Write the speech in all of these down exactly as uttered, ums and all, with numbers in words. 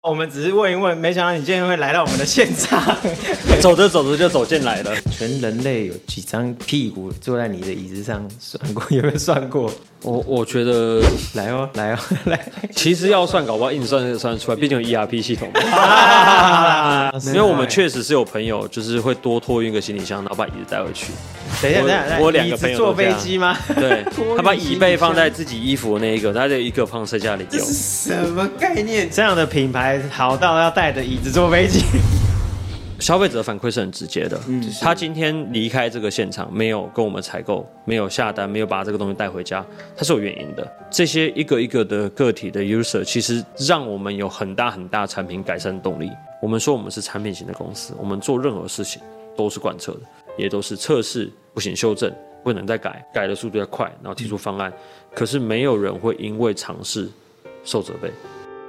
我们只是问一问，没想到你今天会来到我们的现场。 走着走着就走进来了。 全人类有几张屁股坐在你的椅子上算过？有没有算过？ 我我觉得来哦，来哦，来。 其实要算，搞不好硬算算得出来，毕竟有 E R P 系统。因为我们确实是有朋友，就是会多托运一个行李箱，然后把椅子带回去。 等一下，等一下， 我有两个朋友坐飞机吗？ 对，他把椅背放在自己衣服的那一个，他就一个放剩下零用。 这是什么概念？这样的品牌好到要带着椅子坐飞机？ 消费者的反馈是很直接的，嗯，他今天离开这个现场，没有跟我们采购，没有下单，没有把这个东西带回家，它是有原因的。这些一个一个的个体的 user， 其实让我们有很大很大产品改善的动力。我们说我们是产品型的公司，我们做任何事情都是贯彻的，也都是测试，不行修正，不能再改，改的速度要快，然后提出方案。可是没有人会因为尝试受责备。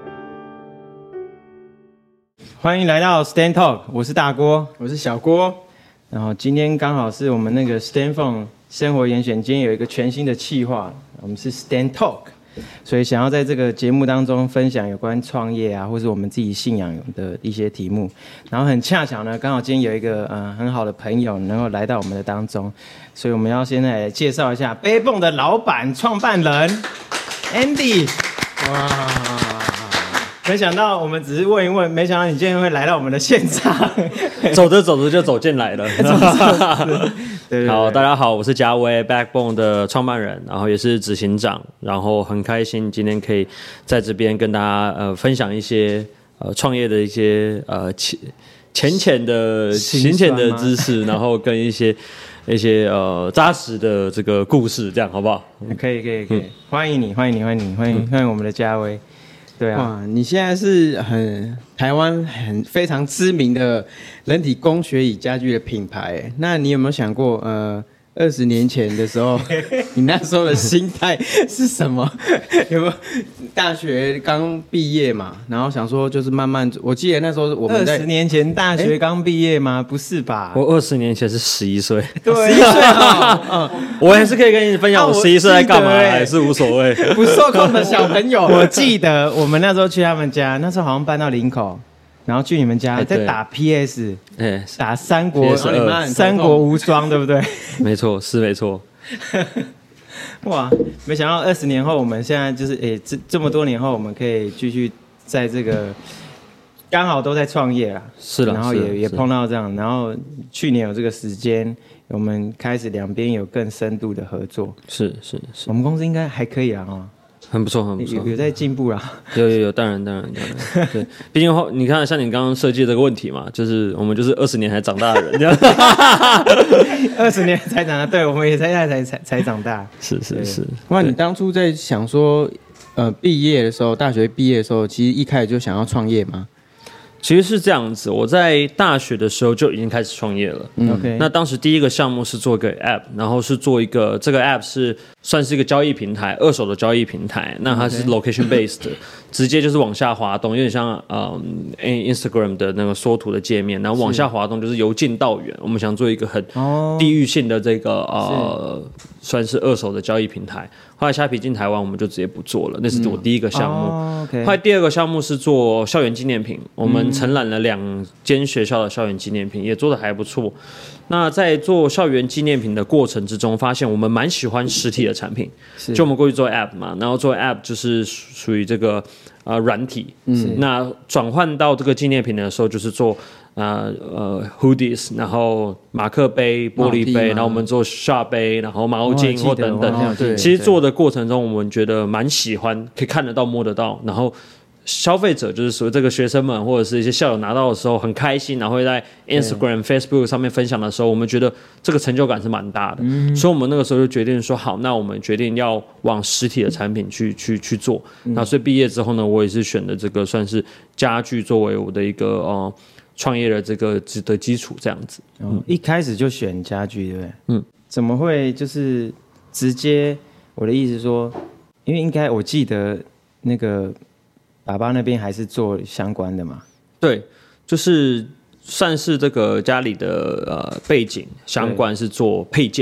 欢迎来到 Stand Talk， 我是大郭， 我是小郭。 然后今天刚好是我们那个 Stand Phone 生活严选，今天有一个全新的企划，我们是 Stand Talk， 所以想要在这个节目当中分享有关创业啊，或是我们自己信仰的一些题目。然后很恰巧呢，刚好今天有一个呃很好的朋友能够来到我们的当中，所以我们要先来介绍一下背泵的老板、创办人 Andy。哇！没想到我们只是问一问，没想到你今天会来到我们的现场。 走着走着就走进来了。 对对对， 好，大家好，我是嘉威 Backbone 的创办人，然后也是执行长，然后很开心今天可以在这边跟大家呃分享一些呃创业的一些呃浅浅浅的浅浅的知识，然后跟一些一些呃扎实的这个故事，这样好不好？ 可以可以可以，嗯、欢迎你欢迎你欢迎你欢迎、嗯、欢迎我们的嘉威。对啊， 哇，你现在是很台湾很非常知名的人体工学椅家具的品牌，那你有没有想过，呃，二十年前的时候，你那时候的心态是什么？有没有大学刚毕业嘛，然后想说就是慢慢，我记得那时候我们在二十年前大学刚毕业吗？不是吧？ 我二十年前是十一岁， 对，十一岁啊， 我还是可以跟你分享我十一岁在干嘛，还是无所谓， 不受控的小朋友。 我记得我们那时候去他们家，那时候好像搬到林口。然后去你们家、欸、在打 P S， 欸、 打三国， P S 二三国无双，对不对？ 没错，是没错。 哇，没想到二十年后，我们现在就是诶、欸，这这么多年后，我们可以继续在这个刚好都在创业啦， 是的， 然后也也碰到这样，然后去年有这个时间，我们开始两边有更深度的合作， 是是是， 我们公司应该还可以啊，哦。 很不错，很不错， 有有在进步啦。 有有有，当然当然当然，对，毕竟后你看，像你刚刚设计这个问题嘛，就是我们就是二十年才长大的人，这样， 二十年才长大，对，我们也才才才才长大， 是是是。 那你当初在想说，呃，毕业的时候，大学毕业的时候，其实一开始就想要创业吗？ 其实是这样子，我在大学的时候就已经开始创业了。 嗯 OK， 那当时第一个项目是做一个 App， 然后是做一个这个 App 是算是一个交易平台，二手的交易平台。那它是 location based， 直接就是往下滑动，有点像嗯 Instagram 的那个缩图的界面，然后往下滑动就是由近到远。我们想做一个很地域性的这个呃，算是二手的交易平台。后来虾皮进台湾，我们就直接不做了，那是我第一个项目。 嗯 oh, okay. 后来第二个项目是做校园纪念品，我们承揽了两间学校的校园纪念品，也做得还不错。那在做校园纪念品的过程之中，发现我们蛮喜欢实体的产品，就我们过去做 App 嘛，然后做 App 就是属于这个呃软体，嗯，那转换到这个纪念品的时候，就是做。呃呃 ，hoodies， 然后马克杯、玻璃杯，然后我们做 shot 杯，然后毛巾或等等。其实做的过程中，我们觉得蛮喜欢，可以看得到、摸得到。然后消费者就是属于这个学生们或者是一些校友拿到的时候很开心，然后会在 Instagram、Facebook 上面分享的时候，我们觉得这个成就感是蛮大的。嗯、所以我们那个时候就决定说，好，那我们决定要往实体的产品去去去做。嗯、那所以毕业之后呢，我也是选的这个算是家具作为我的一个呃。创业的这个的基础这样子， 嗯哦，一开始就选家具，对不对？ 嗯， 怎么会就是直接？我的意思是说，因为应该我记得那个爸爸那边还是做相关的嘛。 对，就是算是这个家里的呃背景相关是做配件。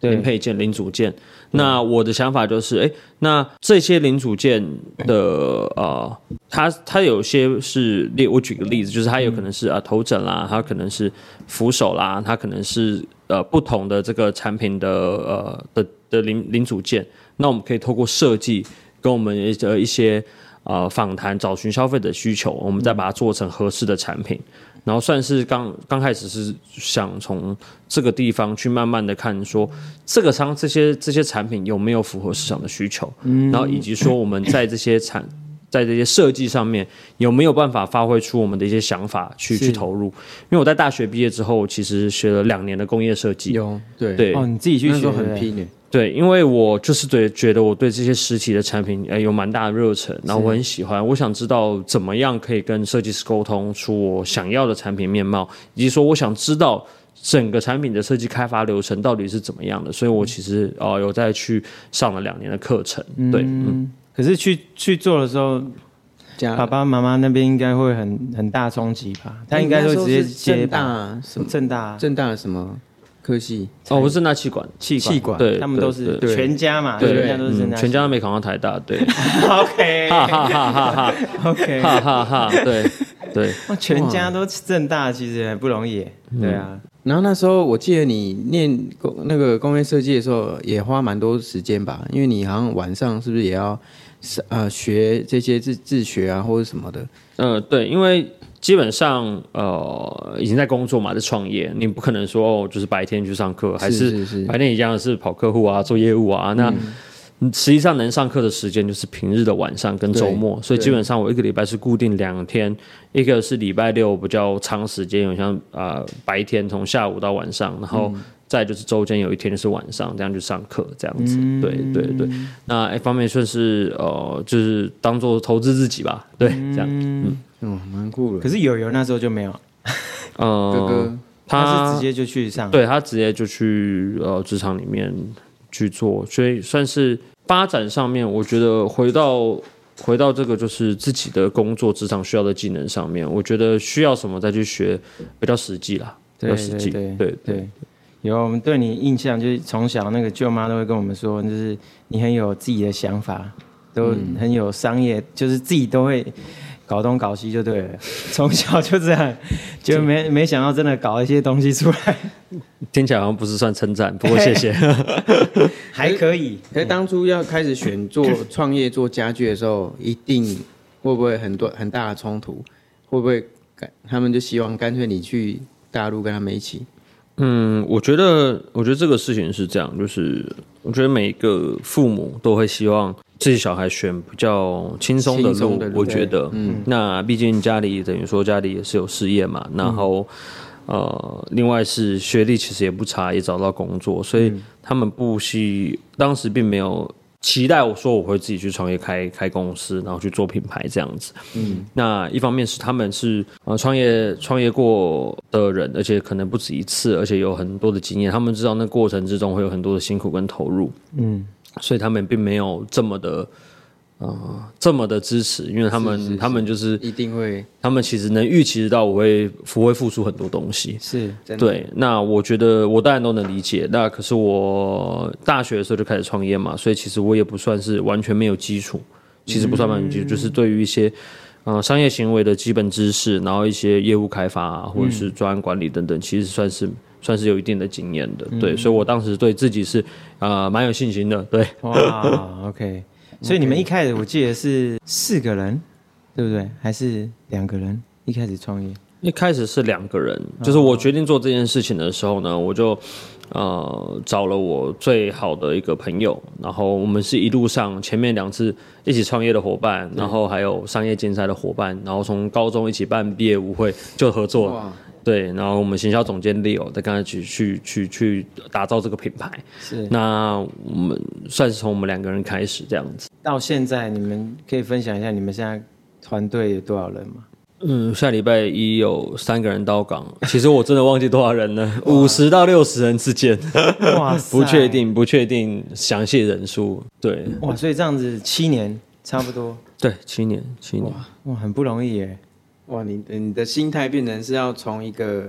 零配件、零组件。那我的想法就是，哎，那这些零组件的呃，它它有些是，我举个例子，就是它有可能是啊头枕啦，它可能是扶手啦，它可能是呃不同的这个产品的呃的的零零组件。那我们可以透过设计跟我们的一些呃访谈，找寻消费者需求，我们再把它做成合适的产品。然后算是刚刚开始是想从这个地方去慢慢的看说这个商这些这些产品有没有符合市场的需求，嗯、然后以及说我们在这些产在这些设计上面有没有办法发挥出我们的一些想法去去投入。因为我在大学毕业之后，其实学了两年的工业设计。 有对对哦，你自己去学很拼的。 对，因为我就是对觉得我对这些实体的产品呃有蛮大的热忱，然后我很喜欢，我想知道怎么样可以跟设计师沟通出我想要的产品面貌，以及说我想知道整个产品的设计开发流程到底是怎么样的，所以我其实呃有再去上了两年的课程。对，嗯， 可是去去做的时候，爸爸妈妈那边应该会很很大冲击吧？他应该会直接接正大什么正大正大的什么？科系哦，不是那气管， 气管， 管对， 他们都是全家嘛， 对， 全家都是正大、 嗯，全家都没考上台大，对 ，OK， 哈哈哈哈哈 ，OK， 哈哈哈，对对， 全家都正大，其实很不容易，对啊。 然后那时候我记得你念工那个工业设计的时候，也花蛮多时间吧，因为你好像晚上是不是也要呃学这些自自学啊或者什么的？ 嗯、呃，对，因为。基本上，呃，已经在工作嘛，在创业，你不可能说哦，就是白天去上课，还是白天一样是跑客户啊，做业务啊。那实际上能上课的时间就是平日的晚上跟周末，所以基本上我一个礼拜是固定两天，一个是礼拜六比较长时间，有像啊、呃、白天从下午到晚上，然后再就是周间有一天就是晚上这样去上课这样子。嗯、对对对，那一方面算是呃，就是当做投资自己吧，对，这样。嗯。 哦，蛮酷的。 可是友友那时候就没有， 呃， 哥哥他, 他是直接就去上， 对他直接就去呃职场里面去做，所以算是发展上面，我觉得回到回到这个就是自己的工作职场需要的技能上面，我觉得需要什么再去学比较实际啦，比较实际，对 对, 对, 对。 有我们对你印象就是从小那个舅妈都会跟我们说，就是你很有自己的想法，都很有商业，嗯、就是自己都会。搞东搞西就对了，从小就这样，就没没想到真的搞一些东西出来。 听起来好像不是算称赞，不过谢谢， 还可以。 可是当初要开始选做创业做家具的时候，一定会不会很多很大的冲突？会不会他们就希望干脆你去大陆跟他们一起？ 嗯，我觉得，我觉得这个事情是这样，就是我觉得每个父母都会希望自己小孩选比较轻松的路，我觉得，嗯，那毕竟家里等于说家里也是有事业嘛，然后、嗯、呃，另外是学历其实也不差，也找到工作，所以他们不希当时并没有期待我说我会自己去创业开开公司，然后去做品牌这样子。嗯，那一方面是他们是呃创业创业过的人，而且可能不止一次，而且有很多的经验，他们知道那过程之中会有很多的辛苦跟投入。嗯，所以他们并没有这么的。呃，这么的支持，因为他们是是是他们就是一定会， 他们其实能预期得到我会我会付出很多东西， 是对。那我觉得我当然都能理解，那可是我大学的时候就开始创业嘛，所以其实我也不算是完全没有基础，其实不算完全基础，嗯、就是对于一些呃商业行为的基本知识，然后一些业务开发、啊、或者是专案管理等等，其实算是算是有一定的经验的，对。嗯、所以我当时对自己是呃蛮有信心的，对。 哇 ，OK。所以你们一开始我记得是四个人，对不对？还是两个人？一开始创业， 一开始是两个人。就是我决定做这件事情的时候呢，我就呃找了我最好的一个朋友，然后我们是一路上前面两次一起创业的伙伴，然后还有商业竞赛的伙伴，然后从高中一起办毕业舞会就合作了。对，然后我们行销总监 Leo 在跟他去去去去打造这个品牌。 是， 那我们算是从我们两个人开始这样子。 到现在，你们可以分享一下你们现在团队有多少人吗？ 嗯，下礼拜一有三个人到岗，其实我真的忘记多少人了，五十到六十人之间。哇塞，不确定，不确定详细人数。对， 哇，所以这样子七年差不多。 对，七年，七年。 哇，哇，很不容易耶。 哇，你你的心态变成是要从一个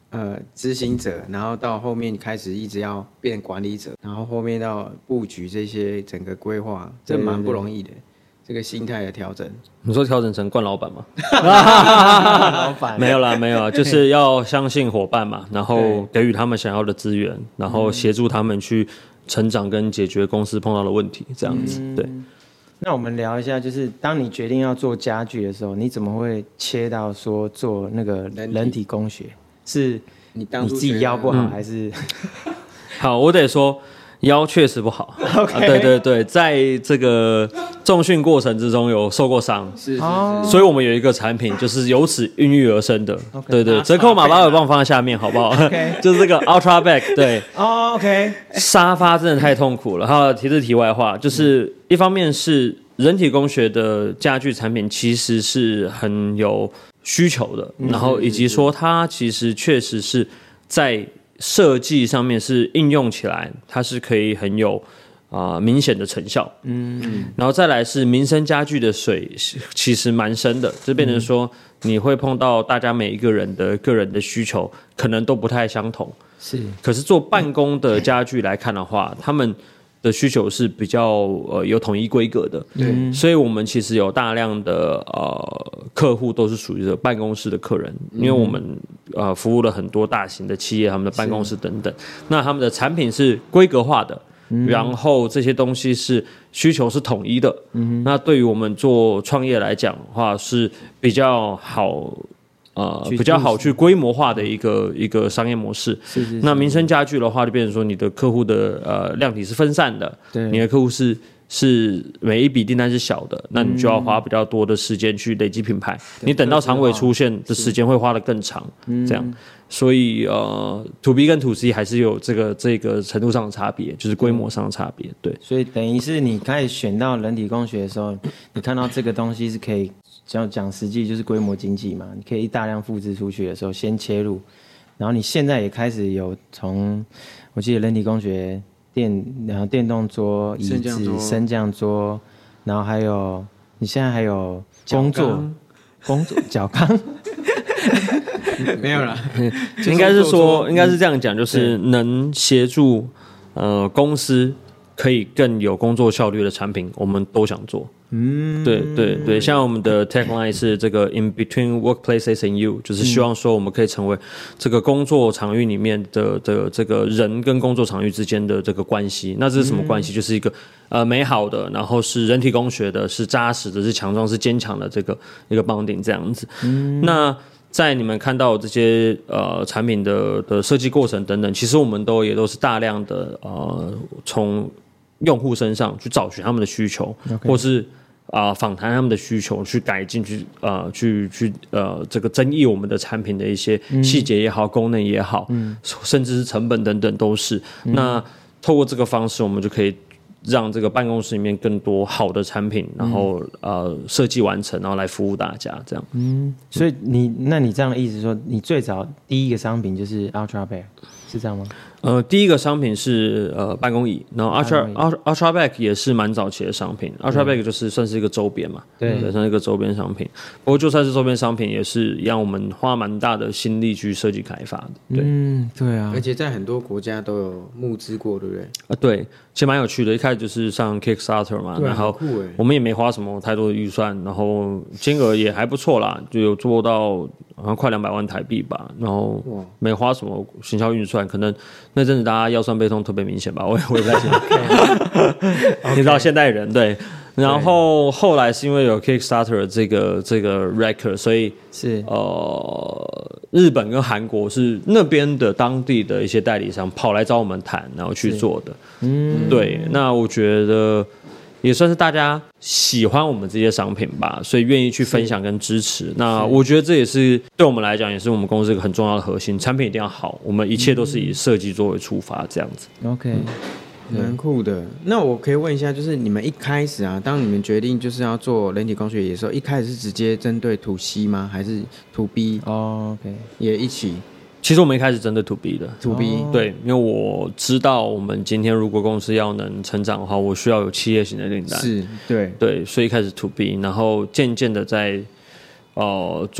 呃执行者，然后到后面开始一直要变管理者，然后后面到布局这些整个规划，这蛮不容易的。这个心态的调整， 你说调整成冠老板吗？ 老板没有啦，没有啦，就是要相信伙伴嘛，然后给予他们想要的资源，然后协助他们去成长跟解决公司碰到的问题，这样子。嗯、对。 那我们聊一下，就是当你决定要做家具的时候，你怎么会切到说做那个人体工学？是你当你自己腰不好，嗯、还是？ 好，我得说。腰确实不好， okay. 啊、对对对，在这个重训过程之中有受过伤， 是是是， 所以我们有一个产品就是由此孕育而生的， okay. 对对，折扣码把我帮我放在下面好不好？ Okay. 就是这个 Ultra Back， 对， 哦、oh, OK， 沙发真的太痛苦了。还有提示题外话，就是一方面是人体工学的家具产品其实是很有需求的，嗯、然后以及说它其实确实是在设计上面是应用起来，它是可以很有啊、呃、明显的成效。嗯，然后再来是民生家具的水其实蛮深的，就变成说你会碰到大家每一个人的个人的需求可能都不太相同。 是， 可是做办公的家具来看的话，他们的需求是比较呃有统一规格的， 对， 所以我们其实有大量的呃客户都是属于这办公室的客人，因为我们呃服务了很多大型的企业，他们的办公室等等，那他们的产品是规格化的，嗯、然后这些东西是需求是统一的，嗯、那对于我们做创业来讲的话是比较好。呃，比较好去规模化的一个一个商业模式。 是是是。 那民生家具的话，就变成说你的客户的呃量体是分散的， 对， 你的客户是是每一笔订单是小的，那你就要花比较多的时间去累积品牌，你等到长尾出现的时间会花得更长，这样。所以呃 ，to B 跟 to C 还是有这个这个程度上的差别，就是规模上的差别。对， 所以等于是你开始选到人体工学的时候，你看到这个东西是可以。讲讲实际就是规模经济嘛，你可以大量复制出去的时候先切入，然后你现在也开始有从，我记得人体工学电然后电动桌、椅子、升降桌，然后还有你现在还有工作工作脚缸， 没有啦， 应该是说应该是这样讲，就是能协助呃公司可以更有工作效率的产品，我们都想做。嗯，对对对，像我们的 tagline 是这个 in between workplaces and you， 就是希望说我们可以成为这个工作场域里面的的这个人跟工作场域之间的这个关系。那这是什么关系？嗯、就是一个呃美好的，然后是人体工学的，是扎实的，是强壮，是坚强的这个一个 bonding 这样子。嗯，那在你们看到这些呃产品的的设计过程等等，其实我们都也都是大量的呃从用户身上去找寻他们的需求， okay. 或是啊访谈他们的需求，去改进，去呃去去呃这个争议我们的产品的一些细节也好、嗯、功能也好、嗯，甚至是成本等等都是。嗯、那透过这个方式，我们就可以让这个办公室里面更多好的产品，然后、嗯、呃设计完成，然后来服务大家这样。嗯， 所以你那你这样的意思说，你最早第一个商品就是 Ultra Back， 是这样吗？ 呃，第一个商品是呃办公椅，然后 Ultra Ultra Back 也是蛮早期的商品。Ultra Back 就是算是一个周边嘛， 对， 算是一个周边商品。不过就算是周边商品，也是让我们花蛮大的心力去设计开发的。对， 嗯，对啊， 而且在很多国家都有募资过，对不对？ 啊，对，其实蛮有趣的。一开始就是上 Kickstarter 嘛，然后我们也没花什么太多的预算，然后金额也还不错啦，就有做到好像快两百万台币吧，然后没花什么行销预算，可能那阵子大家腰酸背痛特别明显吧，我也我也不太清楚。你知道现代人对，然后后来是因为有 Kickstarter 这个这个 record， 所以是呃日本跟韩国是那边的当地的一些代理商跑来找我们谈，然后去做的。嗯，对，那我觉得也算是大家喜欢我们这些商品吧，所以愿意去分享跟支持。那我觉得这也是对我们来讲，也是我们公司一个很重要的核心，产品一定要好，我们一切都是以设计作为出发，这样子。 OK， 蛮酷的。那我可以问一下，就是你们一开始啊，当你们决定就是要做人体工学椅的时候，一开始是直接针对 to C 吗？还是 to B？ 哦、oh, ，OK， 也一起。 其实我们一开始针对 to B 的 to B， 对，因为我知道我们今天如果公司要能成长的话，我需要有企业型的订单， 是，对， 对，所以一开始 to B， 然后渐渐的在呃做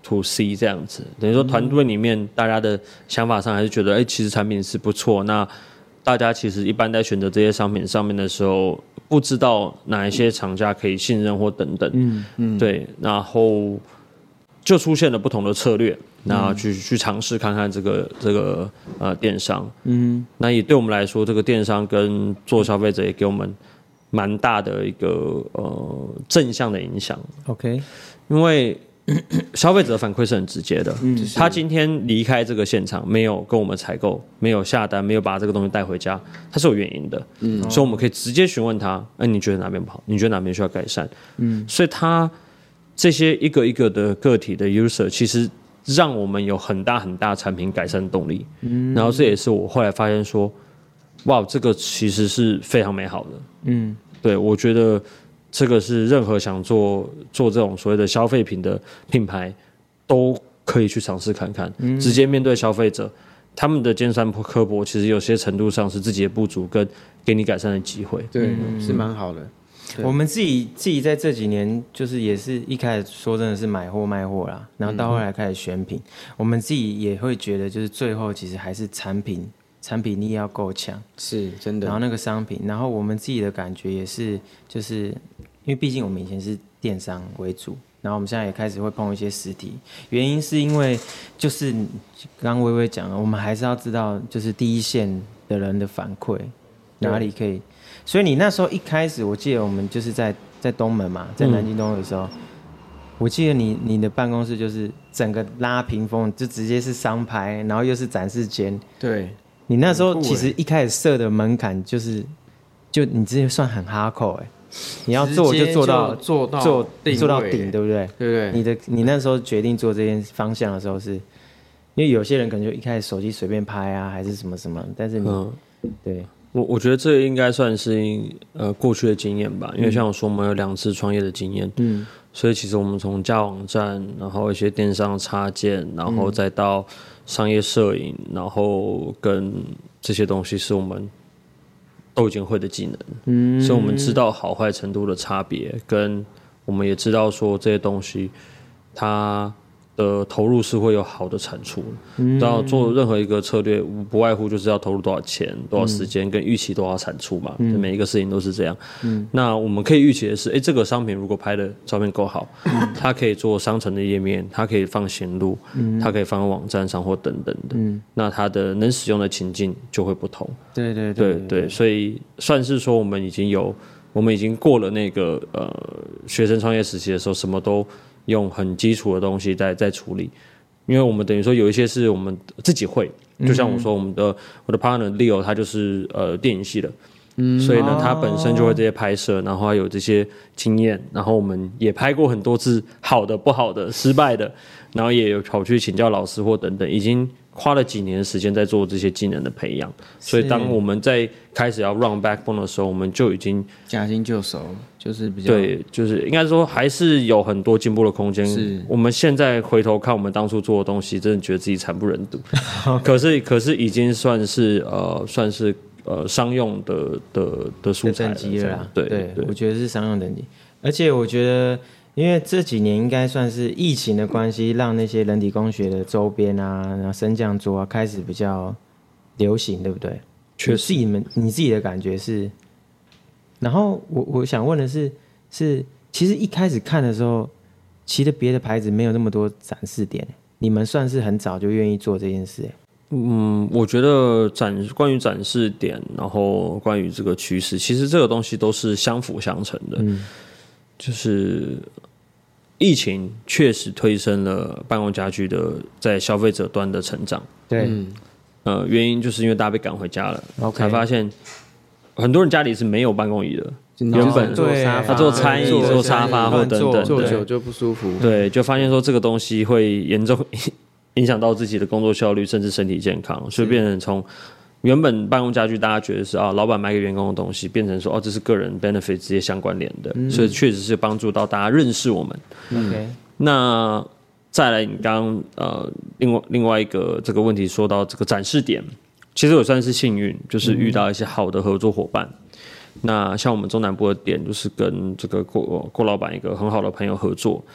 to C 这样子，等于说团队里面大家的想法上还是觉得，哎、欸，其实产品是不错。那大家其实一般在选择这些商品上面的时候，不知道哪一些厂家可以信任或等等，嗯嗯，对，然后就出现了不同的策略，那去、嗯、去尝试看看这个这个呃电商，嗯，那也对我们来说，这个电商跟做消费者也给我们蛮大的一个呃正向的影响。 OK， 因为消费者反馈是很直接的，嗯，他今天离开这个现场，没有跟我们采购，没有下单，没有把这个东西带回家，他是有原因的，嗯，所以我们可以直接询问他，哎、欸，你觉得哪边不好？你觉得哪边需要改善？嗯，所以他这些一个一个的个体的 user， 其实让我们有很大很大产品改善的动力，嗯，然后这也是我后来发现说，哇，这个其实是非常美好的，嗯，对，我觉得。这个是任何想做做这种所谓的消费品的品牌，都可以去尝试看看，嗯、直接面对消费者，他们的尖酸刻薄，其实有些程度上是自己的不足跟给你改善的机会。 对，嗯、是蛮好的。 我们自己自己在这几年，就是也是一开始说真的是买货卖货啦，然后到后来开始选品，嗯、我们自己也会觉得，就是最后其实还是产品。产品力要够强， 是真的。 然后那个商品，然后我们自己的感觉也是，就是因为毕竟我们以前是电商为主，然后我们现在也开始会碰一些实体。原因是因为就是刚刚微微讲了，我们还是要知道就是第一线的人的反馈哪里可以。所以你那时候一开始，我记得我们就是在在东门嘛，在南京东路的时候。嗯，我记得你你的办公室就是整个拉屏风，就直接是商拍，然后又是展示间。 对。 你那时候其实一开始设的门槛就是，就你直接算很哈扣哎，你要做就做到做到做做到顶，对不对？ 对不对？ 你的你那时候决定做这件方向的时候是，因为有些人可能就一开始手机随便拍啊，还是什么什么，但是你、嗯、对我我觉得这应该算是呃过去的经验吧，因为像我说我们有两次创业的经验，嗯，所以其实我们从架网站，然后一些电商插件，然后再到商业摄影，然后跟这些东西是我们都已经会的技能，嗯，所以我们知道好坏程度的差别，跟我们也知道说这些东西它的投入是会有好的产出，嗯，然后做任何一个策略不外乎就是要投入多少钱、多少时间，跟预期多少产出嘛，嗯，每一个事情都是这样。嗯，那我们可以预期的是，哎，这个商品如果拍的照片够好，嗯，它可以做商城的页面，它可以放显录，嗯，它可以放在网站上或等等的，嗯，那它的能使用的情境就会不同。 对对对 对, 对, 对，所以算是说我们已经有，我们已经过了那个呃学生创业时期的时候，什么都用很基础的东西在在处理，因为我们等于说有一些是我们自己会，就像我说我们的我的 partner Leo 他就是呃电影系的，嗯，所以呢他本身就会这些拍摄，然后他有这些经验，然后我们也拍过很多次好的、不好的、失败的，然后也有跑去请教老师或等等，已经花了几年的时间在做这些技能的培养，所以当我们在开始要 run backbone 的时候，我们就已经驾轻就熟，就是比较对，就是应该说还是有很多进步的空间。是，我们现在回头看我们当初做的东西，真的觉得自己惨不忍睹。可是，可是已经算是呃，算是呃商用的的的素材了， 等级了啦。 对对, 对， 我觉得是商用等级，而且我觉得。因为这几年应该算是疫情的关系，让那些人体工学的周边啊，然后升降桌啊开始比较流行，对不对？确实，你们你自己的感觉是。然后我我想问的是，是其实一开始看的时候，其实别的牌子没有那么多展示点，你们算是很早就愿意做这件事。 嗯，我觉得展关于展示点，然后关于这个趋势，其实这个东西都是相辅相成的。嗯。就是疫情确实推升了办公家具的在消費者端的成長。 對，嗯， 呃，原因就是因為大家被趕回家了， okay. 才發現很多人家裡是沒有辦公椅的。原本做沙發、 做餐椅、做沙發或等等， 坐久就不舒服。 對，就發現說這個東西會嚴重影響到自己的工作效率，甚至身體健康，所以變成從原本辦公家具大家覺得是啊，老闆買給員工的東西，變成說哦，這是個人 benefit 直接相關聯的，嗯，所以確實是幫助到大家認識我們。 嗯， 那再來，你剛剛呃另外另外一個這個問題說到這個展示點，其實我算是幸運，就是遇到一些好的合作夥伴。嗯，那像我們中南部的店，就是跟這個郭郭老闆一個很好的朋友合作。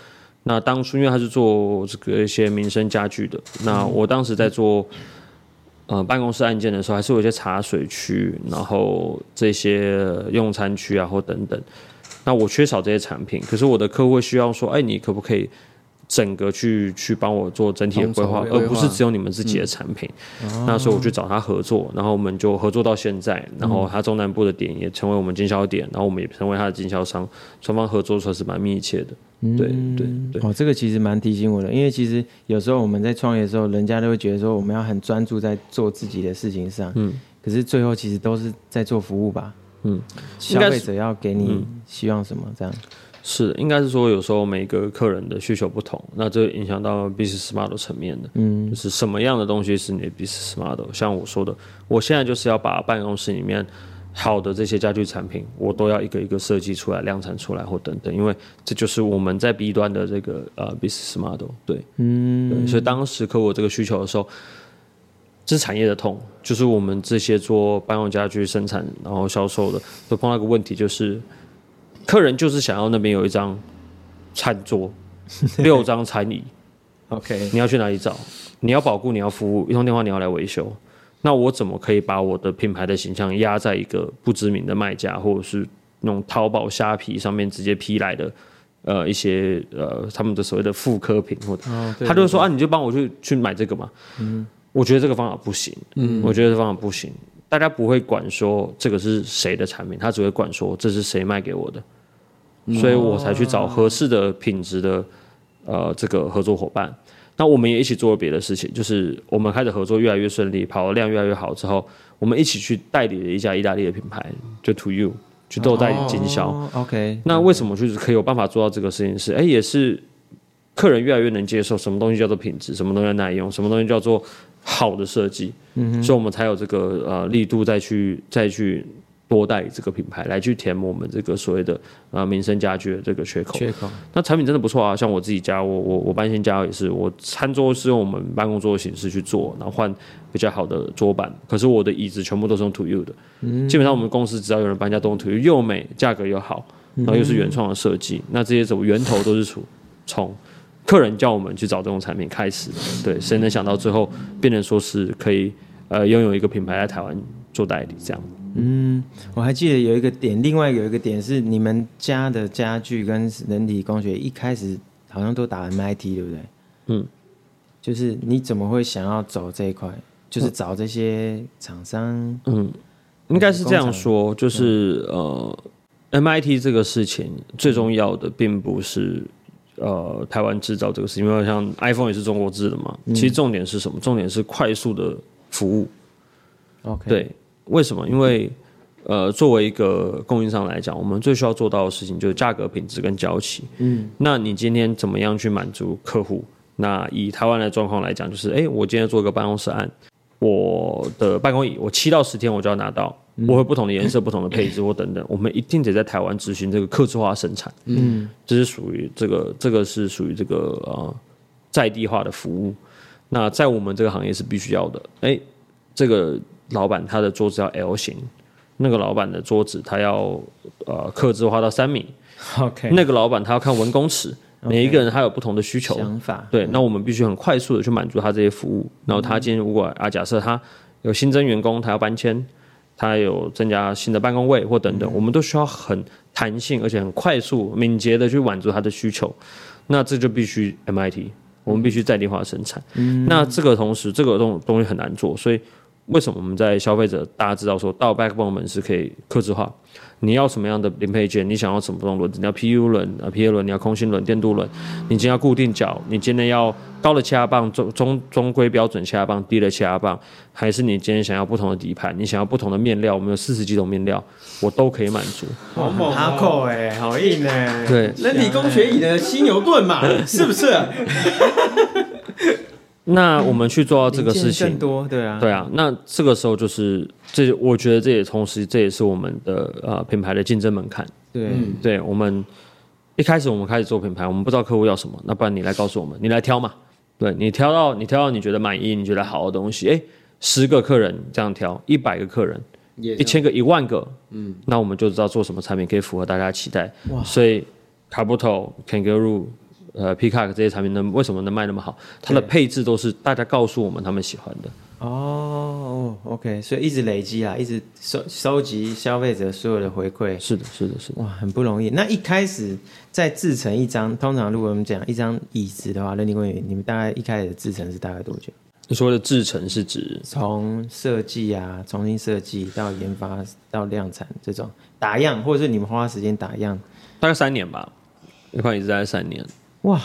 那当初因为他是做这个一些民生家具的，那我当时在做呃办公室案件的时候，还是有一些茶水区，然后这些用餐区啊或等等。那我缺少这些产品，可是我的客户会需要说，哎，你可不可以整个去去帮我做整体的规划，而不是只有你们自己的产品。嗯、那所以我去找他合作，然后我们就合作到现在，然后他中南部的点也成为我们经销点，然后我们也成为他的经销商，双方合作算是蛮密切的。嗯、对对对。 哦，这个其实蛮提醒我的，因为其实有时候我们在创业的时候，人家都会觉得说我们要很专注在做自己的事情上，嗯，可是最后其实都是在做服务吧。嗯，消费者要给你希望什么这样？ 是，应该是说有时候每个客人的需求不同，那这影响到 business model 层面的，嗯，就是什么样的东西是你的 business model。像我说的，我现在就是要把办公室里面好的这些家具产品，我都要一个一个设计出来、量产出来或等等，因为这就是我们在 B 端的这个呃 business model。对，嗯，对，所以当时客户有这个需求的时候。这是产业的痛，就是我们这些做办公家具生产然后销售的，都碰到一个问题，就是客人就是想要那边有一张餐桌，六张餐椅 ，OK， 你要去哪里找？你要保固，你要服务，一通电话你要来维修，那我怎么可以把我的品牌的形象压在一个不知名的卖家，或者是那种淘宝虾皮上面直接批来的？呃，一些呃，他们的所谓的复刻品，或者、哦、他就会说啊，你就帮我去去买这个嘛，嗯。我觉得这个方法不行，嗯，我觉得这个方法不行。大家不会管说这个是谁的产品，他只会管说这是谁卖给我的，嗯、所以我才去找合适的品质的呃这个合作伙伴。那我们也一起做了别的事情，就是我们开始合作越来越顺利，跑的量越来越好之后，我们一起去代理了一家意大利的品牌，就 To You， 去都代理经销。 哦、OK， 那为什么就是可以有办法做到这个事情是？哎，也是客人越来越能接受什么东西叫做品质，什么东西耐用，什么东西叫做好的设计，嗯、所以我们才有这个呃力度再去再去多代理这个品牌，来去填我们这个所谓的呃民生家具的这个缺口。 缺口。 那产品真的不错啊，像我自己家，我我我搬新家也是，我餐桌是用我们办公桌的形式去做，然后换比较好的桌板，可是我的椅子全部都是用 To You 的，嗯、基本上我们公司只要有人搬家都用 To You， 又美，价格又好，然后又是原创的设计，嗯、那这些什么源头都是从客人叫我们去找这种产品开始的，对，谁能想到最后变成说是可以呃拥有一个品牌在台湾做代理这样。 嗯，我还记得有一个点，另外有一个点是你们家的家具跟人体工学一开始好像都打 M I T， 对不对？嗯，就是你怎么会想要走这一块？就是找这些厂商？嗯， 应该是这样说，就是呃 M I T 这个事情最重要的并不是。呃，台湾制造这个事情，因为像 iPhone 也是中国制的嘛。嗯、其实重点是什么？重点是快速的服务。 OK， 对，为什么？因为呃，作为一个供应商来讲，我们最需要做到的事情就是价格、品质跟交期。嗯，那你今天怎么样去满足客户？那以台湾的状况来讲，就是哎，我今天做一个办公室案，我的办公椅，我七到十天我就要拿到。我会不同的颜色、不同的配置或等等，我们一定得在台湾执行这个客制化生产。嗯，这是属于这个，这个是属于这个呃在地化的服务。那在我们这个行业是必须要的。哎，这个老板他的桌子要 L 型，那个老板的桌子他要呃客制化到三米。 OK， 那个老板他要看文公尺。每一个人他有不同的需求想法， 对，那我们必须很快速的去满足他这些服务。然后他今天如果啊，假设他有新增员工，他要搬迁。它有增加新的办公位或等等，我们都需要很弹性而且很快速、敏捷的去满足它的需求。那这就必须 M I T， 我们必须在地化生产。嗯、那这个同时，这个东东西很难做，所以为什么我们在消费者大家知道说到 Backbone 门是可以客制化？你要什么样的零配件？你想要什么种轮子？你要 P U 轮啊 ，P A 轮，你要空心轮、电镀轮。你今天要固定角，你今天要高的气压棒、中中中规标准气压棒、低的气压棒，还是你今天想要不同的底盘？你想要不同的面料？我们有四十几种面料，我都可以满足。 好猛，哈扣哎，好硬哎。 对， 人体工学椅的犀牛盾嘛，是不是？ 那我们去做到这个事情， 更多对啊， 对啊。那这个时候就是，这我觉得这也同时这也是我们的呃品牌的竞争门槛。 对， 嗯、对我们一开始我们开始做品牌，我们不知道客户要什么，那不然你来告诉我们，你来挑嘛。对你挑到你挑到你觉得满意、你觉得好的东西，哎，十个客人这样挑，一百个客人，一千个、一万个，嗯，那我们就知道做什么产品可以符合大家的期待。哇，所以 Kabuto、Kangaroo。 呃 Peacock 这些产品能为什么能卖那么好？它的配置都是大家告诉我们他们喜欢的。 哦 ，OK， 所以一直累积啊，一直收收集消费者所有的回馈。 是的，是的，是的。 哇，很不容易。那一开始在制成一张，通常如果我们讲一张椅子的话，人体工学，你们大概一开始的制成是大概多久？ 你说的制成是指从设计啊，重新设计到研发到量产这种打样，或者是你们花时间打样， 大概三年吧，一款椅子大概三年。 哇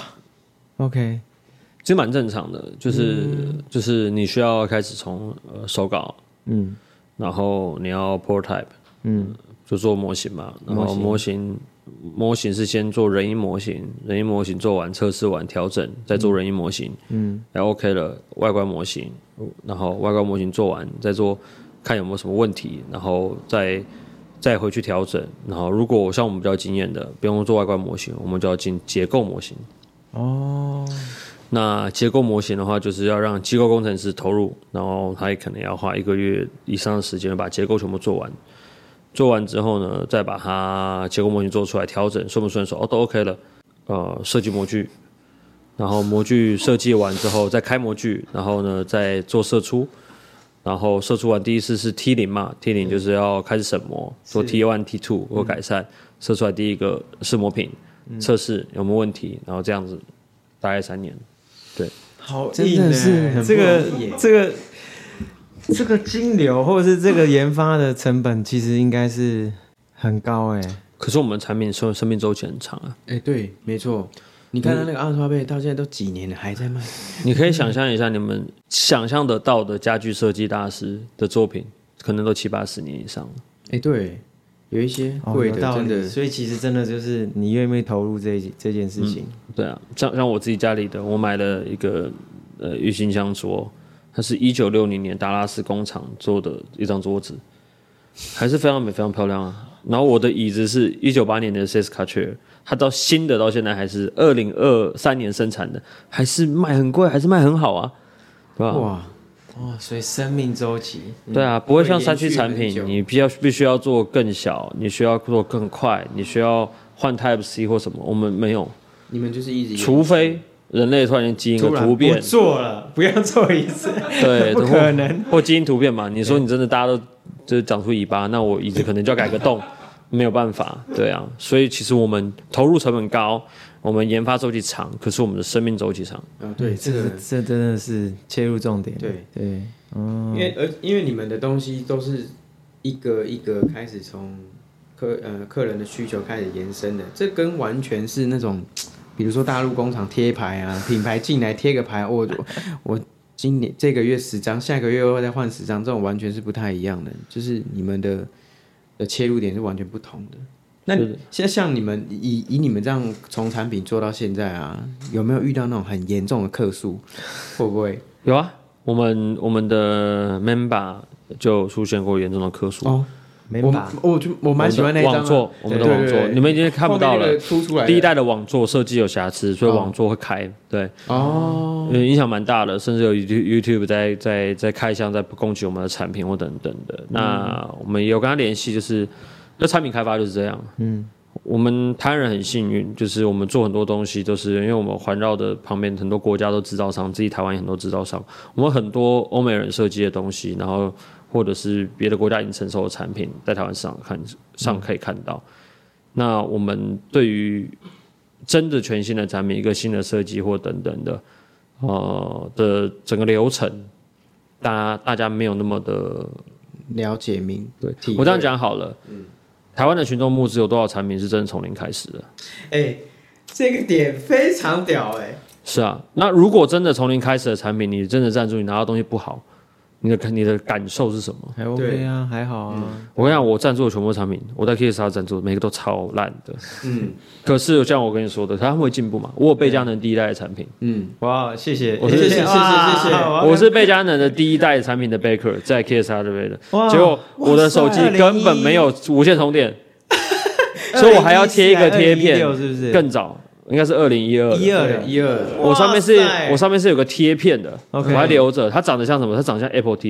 ，OK， 其实蛮正常的，就是、嗯、就是你需要开始从呃手稿，嗯，然后你要 prototype， 嗯，就做模型嘛，然后模型模型是先做人因模型，人因模型做完测试完调整，再做人因模型，嗯，然后 OK 了，外观模型，然后外观模型做完，再做看有没有什么问题，然后再再回去调整，然后如果像我们比较经验的，不用做外观模型，我们就要进结构模型。哦。那结构模型的话，就是要让机构工程师投入，然后他也可能要花一个月以上的时间把结构全部做完。做完之后呢，再把它结构模型做出来，调整顺不顺手，哦，都 OK 了。呃，设计模具，然后模具设计完之后再开模具，然后呢再做射出，然后射出完第一次是 T 零嘛 ，T 零就是要开始审模，做 T 一 T 二或改善，射出来第一个试模品，测试有没有问题，然后这样子大概三年。对， 好真的是这个这个这个金流或者是这个研发的成本，其实应该是很高哎。 可是我们产品生生命周期很长啊。 哎，对，没错。你看到那个阿尔法贝到现在都几年了，还在卖。 你可以想象一下，你们想象得到的家具设计大师的作品，可能都七八十年以上了。 哎，对。有一些贵的、 哦、 真的， 所以其实真的就是你愿不愿意投入这这件事情、 嗯。对啊，像像我自己家里的，我买了一个呃郁金香桌，它是一九六零年达拉斯工厂做的一张桌子，还是非常美、非常漂亮啊。然后我的椅子是一九八年的 Siska Chair， 它到新的到现在还是二零二三年生产的，还是卖很贵，还是卖很好啊，对吧？ 哇。 哦，所以生命周期， 对啊，不会像三区产品，你必要必须要做更小，你需要做更快，你需要换 Type C 或什么，我们没有。 你们就是一直， 除非人类突然间基因的突变， 不做了，不要做一次， 对， 不可能， 或基因突变嘛？你说你真的大家都就是长出尾巴，那我椅子可能就要改个洞，没有办法，对啊，所以其实我们投入成本高。我们研发周期长，可是我们的生命周期长。 嗯，对，这个这真的是切入重点。 对对， 嗯，因为而因为你们的东西都是一个一个开始从客呃客人的需求开始延伸的，这跟完全是那种，比如说大陆工厂贴牌啊，品牌进来贴个牌，我我今年这个月十张，下个月又再换十张，这种完全是不太一样的，就是你们的的切入点是完全不同的。那现在像你们以以你们这样从产品做到现在啊，有没有遇到那种很严重的客诉？会不会？ 有啊，我们我们的 member 就出现过严重的客诉。 哦，我我就我蛮喜欢那张、啊、 网座，我们的网座，你们已经看不到了。第一代的网座设计有瑕疵，所以网座会开。对，哦，影响蛮大的，甚至有 YouTube 在在在开箱在攻击我们的产品或等等的。那我们也有跟他联系，就是。那产品开发就是这样，嗯，我们台湾人很幸运，就是我们做很多东西都是因为我们环绕的旁边很多国家都制造商，自己台湾也很多制造商，我们很多欧美人设计的东西，然后或者是别的国家已经成熟的产品，在台湾市场看上可以看到。嗯、那我们对于真的全新的产品，一个新的设计或等等的，呃的整个流程，大家大家没有那么的了解明对。我这样讲好了，嗯。台湾的群众募资有多少产品是真的从零开始的？ 哎、欸，这个点非常屌哎、欸。 是啊，那如果真的从零开始的产品，你真的赞助，你拿到东西不好，你的你的感受是什么？ 还 OK 啊，还好啊。 嗯、我跟你讲，我赞助的全部产品，我在 K S R 赞助，每个都超烂的。嗯。可是像我跟你说的，他们会进步嘛？我有贝佳能第一代的产品。 嗯。哇，谢谢， 我是谢谢谢谢谢谢。 我是贝佳能的第一代产品的 Baker， 在 K S R 这边的。结果我的手机根本没有无线充电，所以我还要贴一个贴片， 是不是？ 更早。应该是二零一二， 一二一二， 我上面是我上面是有个贴片的， okay. 我还留着，它长得像什么？它长得像 Apple T V，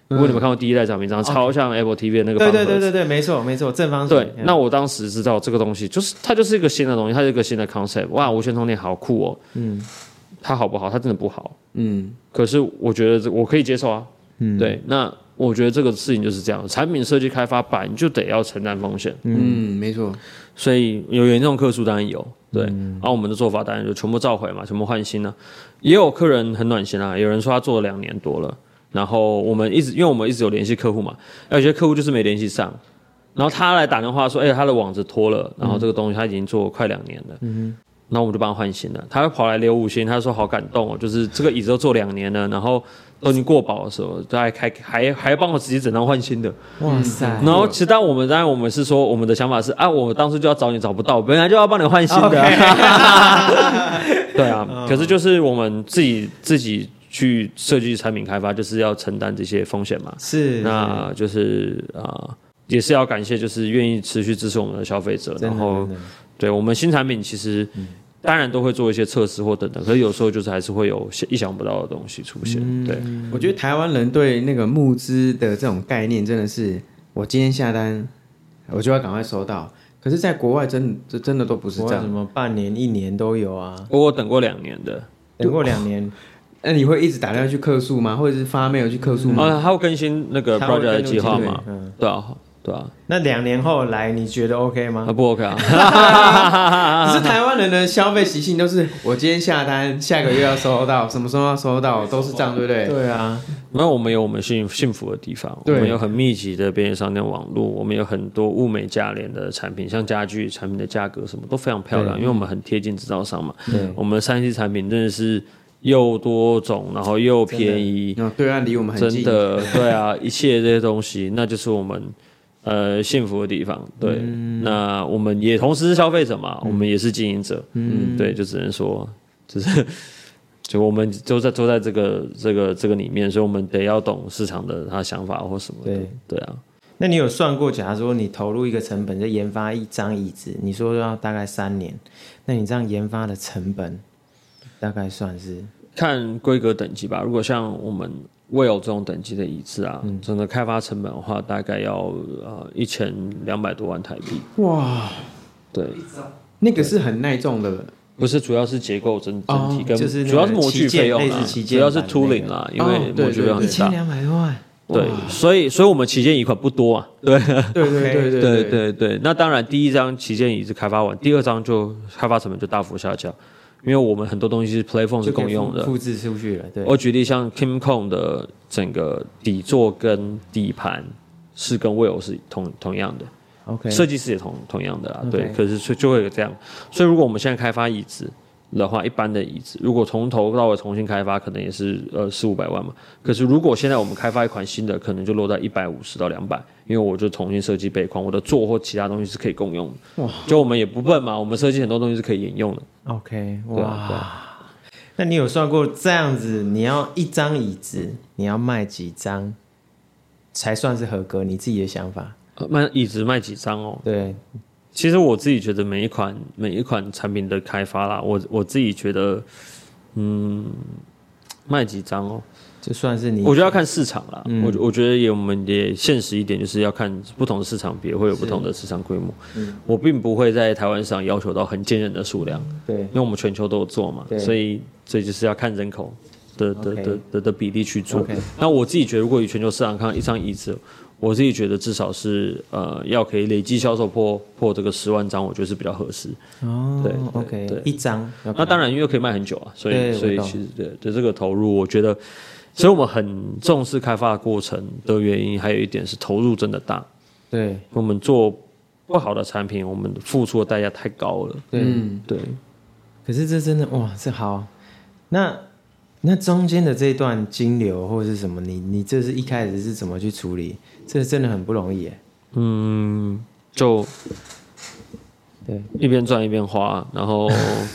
如果你们看过第一代产品，长得超像 Apple T V 的那个对方盒子。 对对对对，没错没错，正方形。 对，那我当时知道这个东西，就是它就是一个新的东西，它是一个新的 concept。哇，无线充电好酷哦。嗯，它好不好？它真的不好。嗯，可是我觉得这我可以接受啊。嗯，对，那我觉得这个事情就是这样，产品设计开发版就得要承担风险。 嗯，没错。 所以有严重客诉当然有，对，然后我们的做法当然就全部召回嘛，全部换新了。也有客人很暖心啊，有人说他做了两年多了，然后我们一直因为我们一直有联系客户嘛，有些客户就是没联系上，然后他来打电话说，哎、欸，他的网子脱了，然后这个东西他已经做了快两年了，嗯，然后我们就帮他换新了。他跑来留五星，他说好感动哦，就是这个椅子都做两年了，然后都已经过保的时候，他还还还还帮我直接整张换新的， 哇塞！ 然后其实当我们当然我们是说我们的想法是啊，我当时就要找你找不到，本来就要帮你换新的、啊， okay. 对啊，可是就是我们自己自己去设计产品开发，就是要承担这些风险嘛， 是， 那就是啊、呃，也是要感谢就是愿意持续支持我们的消费者，然后对我们新产品其实。嗯当然都会做一些测试或等等，可是有时候就是还是会有意想不到的东西出现。嗯、对， 我觉得台湾人对那个募资的这种概念真的是，我今天下单，我就要赶快收到。可是，在国外真的真的都不是这样， 什么半年、一年都有啊。 我有等过两年的， 等过两年。 那你会一直打电话去客诉吗？或者是发 mail 去客诉吗？ 啊，他会更新那个 project 的计划嘛？嗯，对啊。对啊， 那两年后来你觉得 OK 吗？ 啊、不 OK 啊！ 可是台湾人的消费习性都是，我今天下单，下个月要收到，什么时候要收到，都是这样，对不对？ 对啊。 那我们有我们幸幸福的地方，我们有很密集的便利商店网络，我们有很多物美价廉的产品，像家具产品的价格什么都非常漂亮，因为我们很贴近制造商嘛。对，我们的三 C 产品真的是。又多种，然后又便宜， 对岸离我们很近， 真的，对啊，一切这些东西，那就是我们呃幸福的地方。对，嗯、那我们也同时是消费者嘛，嗯、我们也是经营者，嗯，对，就只能说，就是就我们都在都在这个这个这个里面，所以我们得要懂市场的他想法或什么的，对，对啊。 那你有算过，假如说你投入一个成本，就研发一张椅子，你说要大概三年，那你这样研发的成本？大概算是看规格等级吧。如果像我们 Well 这种等级的椅子啊，嗯、整个开发成本的话，大概要呃一千两百多万台币。 哇， 对， 那个是很耐重的。 不是，主要是结构整整体跟、 哦就是、 主要是模具费用啦，主要是 tooling 啦，因为模具费用很大。 一千两百多万。 对，所以所以我们旗舰椅款不多啊。对对对对对对对对。那当然，第一张旗舰椅子开发完，第二张就开发成本就大幅下降。因为我们很多东西是 Playphone 是共用的， 复制出去了。对， 我举例像 Kimco 的整个底座跟底盘是跟 Well 是同同样的 ，OK， 设计师也同同样的啦。 Okay. 对，可是就会有这样。所以如果我们现在开发椅子的话，一般的椅子如果从头到尾重新开发，可能也是呃四五百万嘛。可是如果现在我们开发一款新的，可能就落在一百五十到两百。因为我就重新设计背框，我的座或其他东西是可以共用的。哇！就我们也不笨嘛，我们设计很多东西是可以沿用的。 OK， 哇！对啊对啊，那你有算过这样子，你要一张椅子，你要卖几张才算是合格？你自己的想法？ 呃、卖椅子卖几张哦？ 对， 其实我自己觉得每一款每一款产品的开发啦，我我自己觉得，嗯，卖几张哦？ 就算是你， 我觉得要看市场啦。嗯、我我觉得也我们也现实一点，就是要看不同的市场别会有不同的市场规模。嗯、我并不会在台湾市场要求到很惊人的数量， 对， 因为我们全球都有做嘛，所以所以就是要看人口的的 Okay. 的的的比例去做。 Okay. 那我自己觉得，如果以全球市场看一张椅子，我自己觉得至少是呃要可以累计销售破破这个十万张，我觉得是比较合适。 哦， 对 ，OK， 对， 一张。 那当然因为可以卖很久啊，所以所以其实对对这个投入，我觉得。所以我们很重视开发的过程的原因，还有一点是投入真的大。 对， 我们做不好的产品，我们付出的代价太高了。 对、 嗯、对。 可是这真的哇，这好。那那中间的这一段金流或者是什么，你你这是一开始是怎么去处理？这真的很不容易耶。 嗯，就对， 一边赚一边花，然后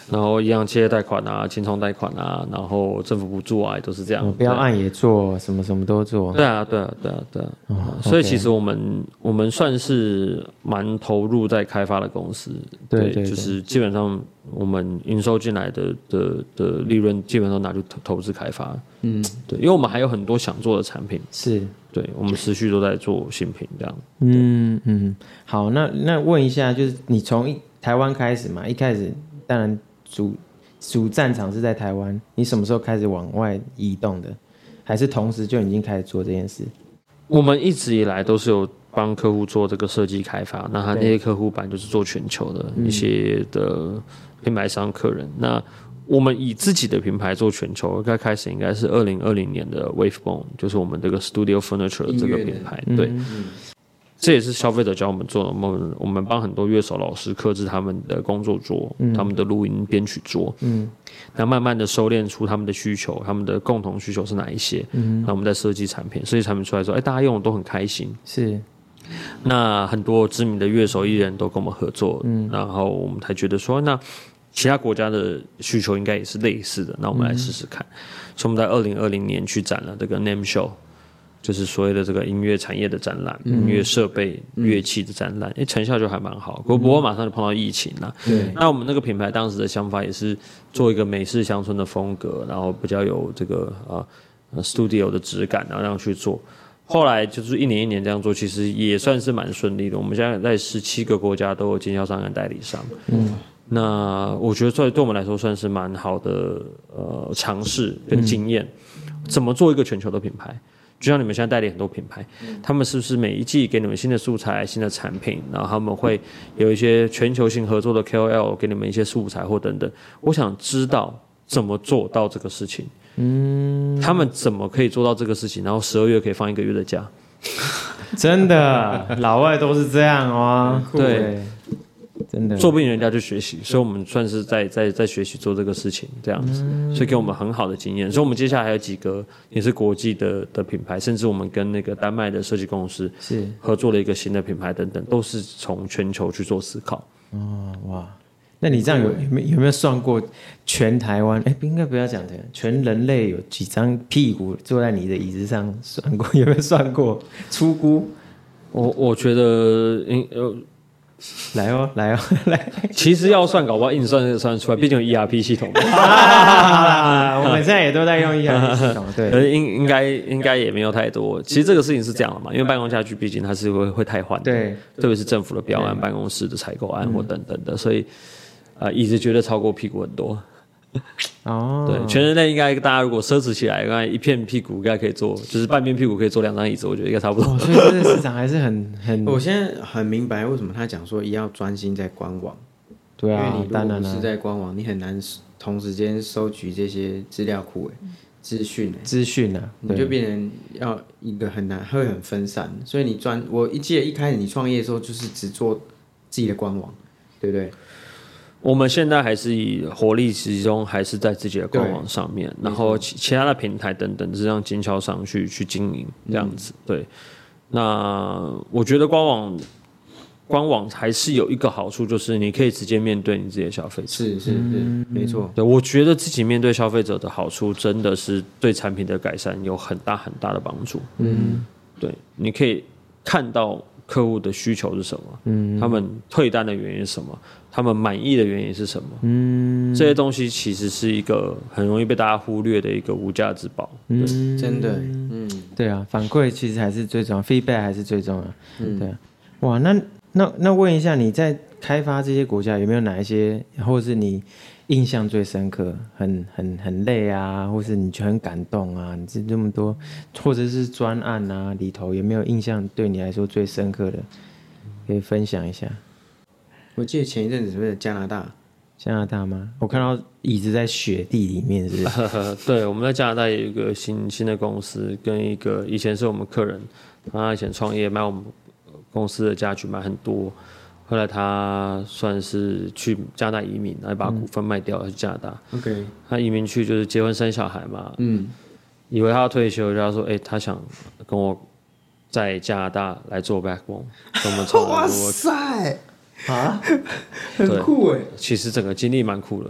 然后银行企业贷款啊、青创贷款啊，然后政府补助啊，也都是这样。 哦、标案也做，什么什么都做。 对啊，对啊，对啊，对啊。哦、所以其实我们我们算是蛮投入在开发的公司。 对 对, 对, 对， 就是基本上我们营收进来的的的利润，基本上拿去投投资开发。嗯，对，因为我们还有很多想做的产品。 是。 对，我们持续都在做新品这样。 嗯嗯，好，那那问一下，就是你从台湾开始嘛，一开始当然主主战场是在台湾，你什么时候开始往外移动的？还是同时就已经开始做这件事？ 我们一直以来都是有帮客户做这个设计开发，那他那些客户本来就是做全球的一些的品牌商客人。嗯、那我们以自己的品牌做全球，该开始应该是二零二零年的 Wavebone， 就是我们这个 Studio Furniture 的这个品牌。对，嗯、这也是消费者教我们做的。我们我们帮很多乐手老师客制他们的工作桌、嗯、他们的录音编曲桌。嗯，那慢慢的收敛出他们的需求，他们的共同需求是哪一些？嗯，那我们在设计产品，设计产品出来之后，哎，大家用的都很开心。 是。 那很多知名的乐手艺人都跟我们合作，嗯，然后我们才觉得说，那其他国家的需求应该也是类似的，那我们来试试看。嗯、所以我们在二零二零年去展了这个 Name Show， 就是所谓的这个音乐产业的展览、嗯、音乐设备、乐器的展览，哎，成效就还蛮好。不过马上就碰到疫情了。对。那我们那个品牌当时的想法也是做一个美式乡村的风格，然后比较有这个呃 studio 的质感，然后这样去做。后来就是一年一年这样做，其实也算是蛮顺利的。我们现在在十七个国家都有经销商跟代理商。嗯。那我觉得对对我们来说算是蛮好的呃尝试跟经验、嗯，怎么做一个全球的品牌？就像你们现在代理很多品牌，嗯、他们是不是每一季给你们新的素材、新的产品，然后他们会有一些全球性合作的 K O L 给你们一些素材或等等？我想知道怎么做到这个事情。嗯，他们怎么可以做到这个事情？然后十二月可以放一个月的假？ 真的，老外都是这样哦。对。真的， 说不定人家去学习，所以我们算是在在在学习做这个事情，这样子，嗯、所以给我们很好的经验。所以我们接下来还有几个也是国际的的品牌，甚至我们跟那个丹麦的设计公司是合作了一个新的品牌等等，都是从全球去做思考。 哦，哇，那你这样有有没有有没有算过全台湾？哎，不应该不要讲的，全人类有几张屁股坐在你的椅子上算过？有没有算过？粗估？ 我我觉得，嗯呃。 来哦，来哦，来！ 其实要算，搞不好硬算就算出来，毕竟有 E R P 系统。 我们现在也都在用 E R P 系统，对， 应应该应该也没有太多。其实这个事情是这样的嘛，因为办公家具毕竟它是会会汰换的， 对， 特别是政府的标案、办公室的采购案或等等的，所以呃，椅子绝对超过屁股很多。哦，对，全人类应该大家如果奢侈起来，应该一片屁股应该可以坐，就是半边屁股可以坐两张椅子，我觉得应该差不多。 哦、所以这个市场还是很很…… 我现在很明白为什么他讲说一定要专心在官网。 对啊， 因为你如果不是在官网，你很难同时间收取这些资料库、资讯、 资讯啊， 你就变成要一个很难，会很分散。所以你专，我一记得一开始你创业的时候就是只做自己的官网，对不对？ 我们现在还是以火力集中，还是在自己的官网上面，然后其其他的平台等等是让经销商去去经营这样子。嗯、对，那我觉得官网官网还是有一个好处，就是你可以直接面对你自己的消费者。 是是是，嗯、没错。 对，我觉得自己面对消费者的好处，真的是对产品的改善有很大很大的帮助。嗯，对，你可以看到客户的需求是什么，嗯，他们退单的原因是什么，他们满意的原因是什么，嗯，这些东西其实是一个很容易被大家忽略的一个无价之宝， 嗯，真的，嗯， 对啊，反馈其实还是最重要 ，feedback 还是最重要，嗯，对啊，哇，那那那问一下，你在开发这些国家有没有哪一些，或是你印象最深刻，很很很累啊，或是你就很感动啊，你这这么多，或者是专案啊里头有没有印象对你来说最深刻的，可以分享一下？ 我记得前一阵子是不是加拿大？ 加拿大吗？我看到椅子在雪地里面，是不是？对，我们在加拿大有一个新新的公司，跟一个以前是我们客人，他以前创业买我们公司的家具买很多。后来他算是去加拿大移民，然后把股份卖掉去加拿大。 OK， 他移民去就是结婚生小孩嘛，嗯，以为他要退休，就他说，哎、欸，他想跟我在加拿大来做 backbone， 跟我们哇塞，啊，很酷哎！ 其实整个经历蛮酷的，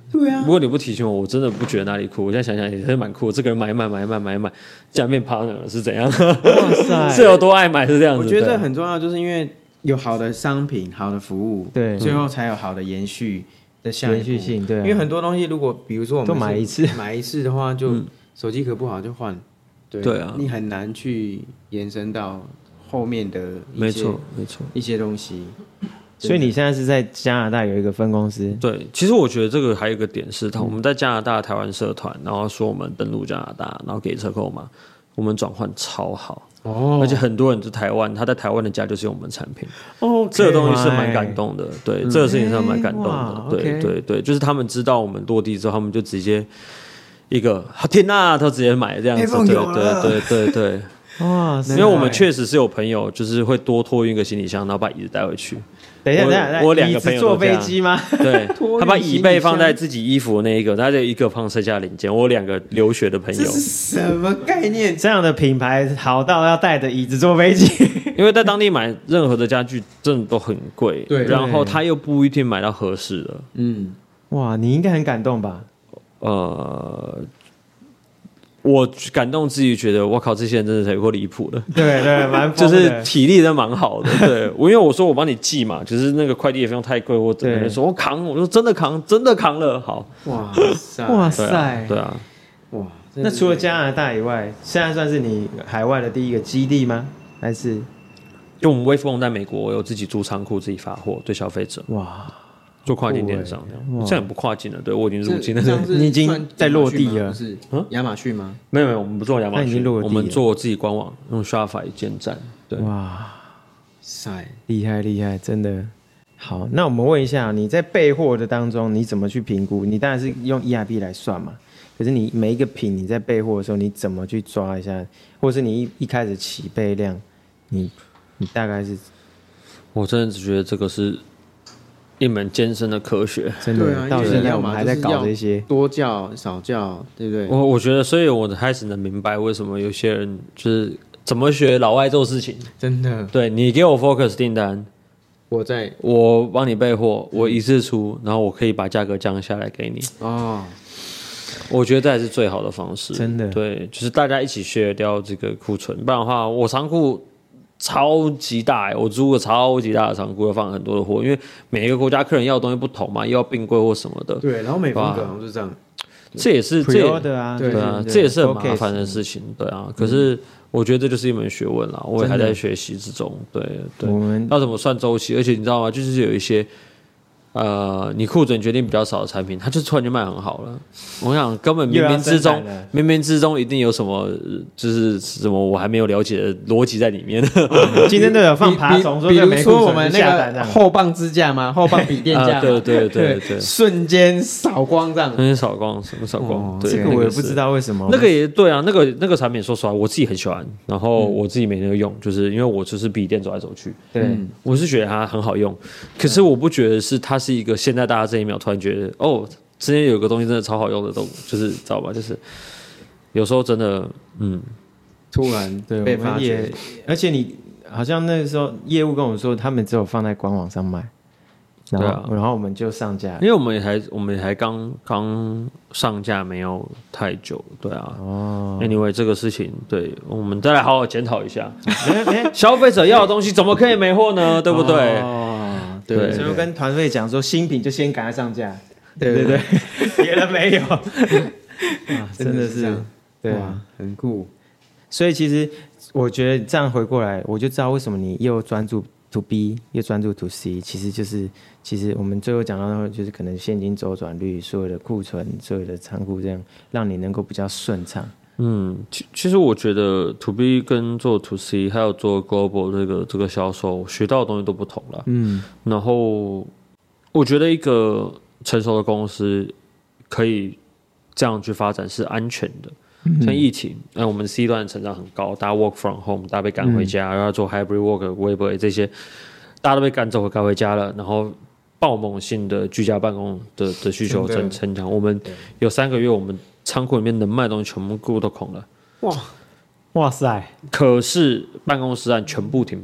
对啊如，果你不提醒我，我真的不觉得哪里酷。我现在想想也是蛮酷，这个人买一买买一买买一买，竟然变 partner 了是怎样？ 哇塞， 是有多爱买是这样子？ 我觉得对这很重要，就是因为有好的商品、好的服务， 对最后才有好的延续的下一步延续性，对啊， 因为很多东西，如果比如说我们都买是一次买一次的话，就手机壳不好就换，对对啊你很难去延伸到后面的一些没错没错。 一些东西。 所以你现在是在加拿大有一个分公司， 对，其实我觉得这个还有一个点是，我们在加拿大台湾社团，然后说我们登陆加拿大，然后给折扣码，我们转换超好， 哦而且很多人在台湾，他在台湾的家就是用我们产品， 哦， 这个东西是蛮感动的，对，这个事情是蛮感动的哇， 对 OK 对对，就是他们知道我们落地之后，他们就直接一个天呐，他直接买这样子， iPhone 对有了对对对对， 哇塞， 因为我们确实是有朋友，就是会多托运一个行李箱，然后把椅子带回去。 等一下， 我等一下， 我两个椅子坐朋友都这样飞机吗？ 对托运他把行李椅背放箱在自己衣服的那一个，他就一个放剩下的零件。我有两个留学的朋友， 这是什么概念？ 这样的品牌好到要带着椅子坐飞机， 因为在当地买任何的家具真的都很贵， 对然后他又不一定买到合适的， 嗯， 哇，你应该很感动吧？ 呃。我感动自己，觉得我靠，这些人真的是有够离谱的， 对对，蛮就疯的是体力真的蛮好的。对我，因为我说我帮你寄嘛，就是那个快递费用太贵，我整个人说我扛，我说真的扛，真的扛了，好， 哇塞， 哇对啊塞，， 对啊， 哇！ 那除了加拿大以外，现在算是你海外的第一个基地吗？还是就我们微风在美国有自己租仓库，自己发货对消费者。 哇？ 做跨境电商这样， 哇这样也不跨境了，对我已经入境了。 这样是你已经算在落地了不是嗯亚马逊吗？ 没有没有，我们不做亚马逊， 那已经落地了我们做自己官网，用 Shopify 建站。对， 哇， 塞， 厉害厉害，真的。好，那我们问一下，你在备货的当中，你怎么去评估？你当然是用 E R P 来算嘛。可是你每一个品你在备货的时候，你怎么去抓一下？或者是你一一开始起备量，你你大概是我真的只觉得这个是一门艰深的科学。 真的、 对啊， 到因为现在我们还在要么就是要搞这些。 多叫少叫，对不对？ 我我觉得，所以我开始能明白为什么有些人就是怎么学老外做事情。 真的， 对你给我 Focus 订单， 我在我帮你备货，我一次出，然后我可以把价格降下来给你。 哦， 我觉得这才是最好的方式， 真的对，就是大家一起 share 掉这个库存，不然的话，我仓库超级大、欸，我租个超级大的仓库，要放很多的货，因为每一个国家客人要的东西不同嘛，又要并柜或什么的， 对，然后美风格好像是这样， 这也是这也 pre-order 啊， 对对啊，这也是很麻烦的事情，对啊，可是我觉得这就是一门学问啦，我也还在学习之中，对对， 我们要怎么算周期，而且你知道吗？就是有一些。呃，你库存决定比较少的产品，它就突然就卖很好了。我想根本冥冥之中又要生产了， 冥冥之中一定有什么，就是什么我还没有了解的逻辑在里面。 今天都有放爬虫，说比比这没库如说我们存就下单这那个样。 后棒支架嘛，后棒笔电架嘛， 啊对对对对瞬间扫光这样， 很少光，什么少光？ 哦对， 这个我也不是知。道为什么。 那个也对啊，那个那个产品，说实话，我自己很喜欢，然后我自己每天都用，就是因为我就是笔电走来走去， 对， 嗯我是觉得它很好用，可是我不觉得是它是一个现在大家这一秒突然觉得哦，之前有个东西真的超好用的，都就是知道吧？就是有时候真的，嗯， 突然对， 被发我们也觉，， 而且你好像那个时候业务跟我说，他们只有放在官网上卖，然后、 对啊然后我们就上架因。为我们也还我们也还刚刚上架没有太久，对啊。 哦， Anyway， 这个事情，对我们再来好好检讨一下， 没没， 消费者要的东西怎么可以没货呢？对不对？ 哦， 对对， 所以我跟团队讲说，新品就先赶快上架， 对对对，别人没有，啊，真的是真的是这样， 对啊。 哇，很酷， 所以其实我觉得这样回过来，我就知道为什么你又专注 to B 又专注 to C，其实就是其实我们最后讲到的就是可能现金周转率、所有的库存、所有的仓库这样，让你能够比较顺畅。 嗯，其其实我觉得 to B 跟做 to C 还有做 global 这个这个销售学到的东西都不同了。 嗯， 然后我觉得一个成熟的公司可以这样去发展是安全的。像疫情，那、我们 C 端成长很高，大家 work from home， 大家被赶回家，然后做 hybrid work、Weibo 这些，大家都被赶走、赶回家了，然后爆猛性的居家办公的的需求真的增增强。我们有三个月，我们仓库里面能卖的东西全部库都空了， 哇， 哇塞， 可是办公室按全部停摆。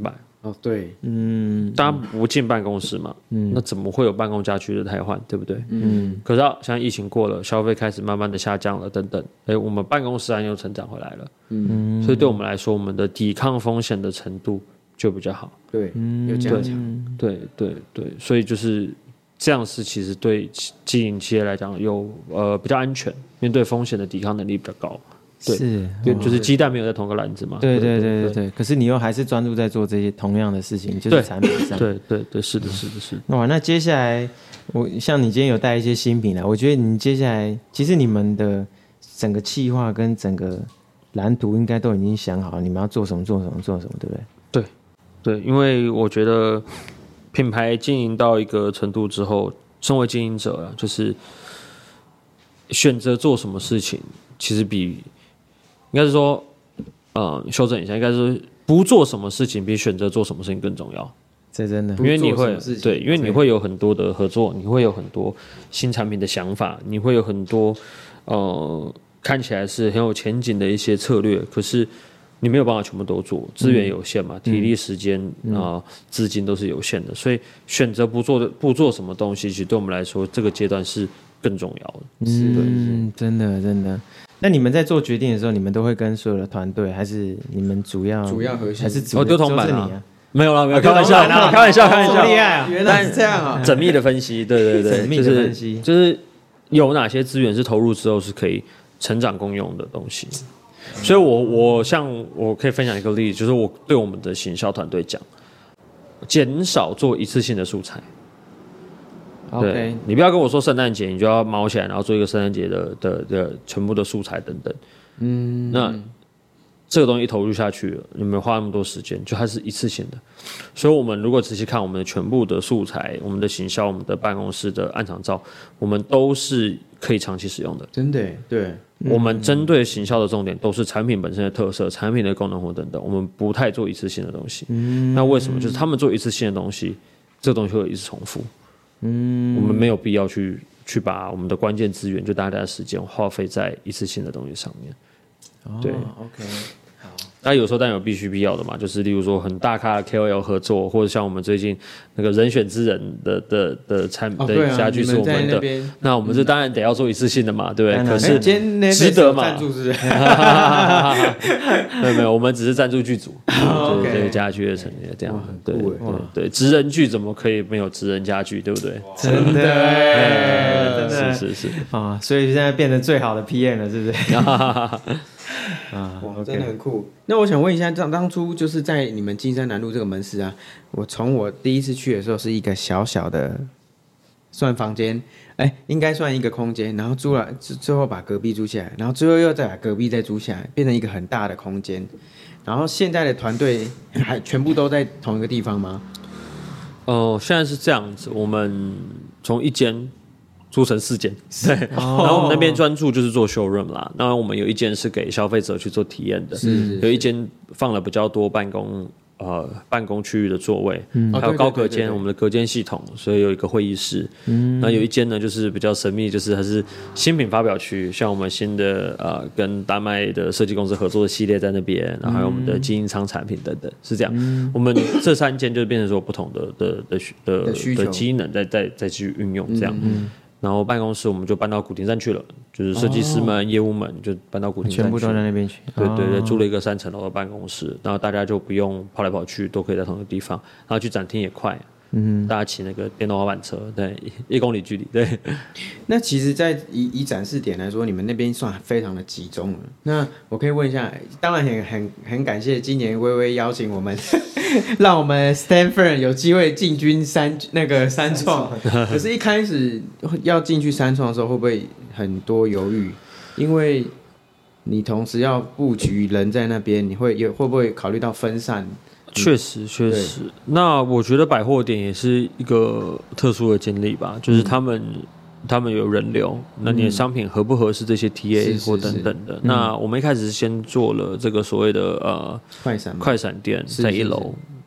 哦，对， 嗯， 大家不进办公室嘛，嗯，那怎么会有办公家具的汰换，对不对？ 嗯， 可是啊，现在疫情过了，消费开始慢慢的下降了，等等，哎，我们办公室又成长回来了，嗯，所以对我们来说，我们的抵抗风险的程度就比较好， 对，有加强， 对对对，所以就是这样是其实对经营企业来讲有呃比较安全，面对风险的抵抗能力比较高。对， 是， 就就是鸡蛋没有在同个篮子嘛。 对对对对对。可是你又还是专注在做这些同样的事情，就是产品上。 对对对，是的，是的，是的。 哇，那接下来我像你今天有带一些新品来，我觉得你接下来其实你们的整个企划跟整个蓝图应该都已经想好了，你们要做什么做什么做什么，对不对？ 对对，因为我觉得品牌经营到一个程度之后，身为经营者啊，就是选择做什么事情，其实比应该是说，呃，修正一下，应该是不做什么事情比选择做什么事情更重要。 这真的， 因为你会对，因为你会有很多的合作，你会有很多新产品的想法，你会有很多呃看起来是很有前景的一些策略，可是你没有办法全部都做，资源有限嘛，嗯、体力、时间啊、呃、资金都是有限的，所以选择不做的不做什么东西，其实对我们来说，这个阶段是更重要的。 嗯，真的真的。那你们在做决定的时候，你们都会跟所有的团队，还是你们主要主要核心还是主哦丢铜板啊？ 没有啦，没有开玩笑，开玩笑，开玩笑， 厉害啊！ 原来是这样啊！ 缜密的分析，对对对， 缜密的分析， 就是有哪些资源是投入之后是可以成长共用的东西。所以我我像我可以分享一个例子，就是我对我们的行销团队讲，减少做一次性的素材。对， okay. 你不要跟我说圣诞节你就要毛起来，然后做一个圣诞节的的的全部的素材等等。嗯，那这个东西一投入下去了，你们花那么多时间，就它是一次性的。所以，我们如果仔细看我们的全部的素材、我们的行销、我们的办公室的暗场照，我们都是可以长期使用的。 真的，对。 我们针对行销的重点都是产品本身的特色、产品的功能或等等，我们不太做一次性的东西。嗯，那为什么？就是他们做一次性的东西，这个东西会一直重复。嗯，我们没有必要去去把我们的关键资源，就大家的时间花费在一次性的东西上面。 哦、 对 ，OK， 好。 那有时候当然有必须必要的嘛，就是例如说很大咖的 K O L 合作，或者像我们最近那个人选之人的的的产哦、 的家具是我们的， 那, 那我们这当然得要做一次性的嘛，对不对？可是值得嘛？ 赞助是不是？ 没有没有，我们只是赞助剧组，就是这个家具的成员这样。对对对，职人剧怎么可以没有职人家具，对不对？ 真的哎，真的是是是啊，所以现在变成最好的 P M 了，是不是？ 啊，哇，真的很酷。那我想问一下，当当初就是在你们金山南路这个门市啊，我从我第一次去的时候是一个小小的算房间，哎，应该算一个空间，然后租了，最后把隔壁租下来，然后最后又再把隔壁再租下来，变成一个很大的空间。然后现在的团队还全部都在同一个地方吗？ 哦、呃，现在是这样子，我们从一间租成四间，对，哦、然后我们那边专注就是做 showroom 啦。那我们有一间是给消费者去做体验的， 是是是， 有一间放了比较多办公呃办公区域的座位，嗯、还有高隔间，我们的隔间系统，所以有一个会议室。嗯，那有一间呢就是比较神秘，就是它是新品发表区，像我们新的呃跟丹麦的设计公司合作的系列在那边，然后还有我们的经营舱产品等等，是这样。嗯、我们这三间就变成说不同的的的的 的, 的机能在在在去运用这样。嗯嗯，然后办公室我们就搬到古亭站去了，就是设计师们、哦、业务们就搬到古亭站去， 全部都在那边去。 对对对，租了一个三层楼的办公室，然后大家就不用跑来跑去，都可以在同一个地方，然后去展厅也快。嗯，大家骑那个电动滑板车，对，一公里距离，对。 那其实，在以以展示点来说，你们那边算非常的集中了。那我可以问一下，当然很很很感谢今年微微邀请我们，让我们 Stanford 有机会进军三那个三创。可是，一开始要进去三创的时候，会不会很多犹豫？因为你同时要布局人在那边，你会有会不会考虑到分散？ 确实，确实。那我觉得百货店也是一个特殊的经历吧，就是他们、嗯、他们有人流，那你的商品合不合适这些 T A 或等等的。是是是，那我们一开始是先做了这个所谓的呃快闪快闪店在一楼。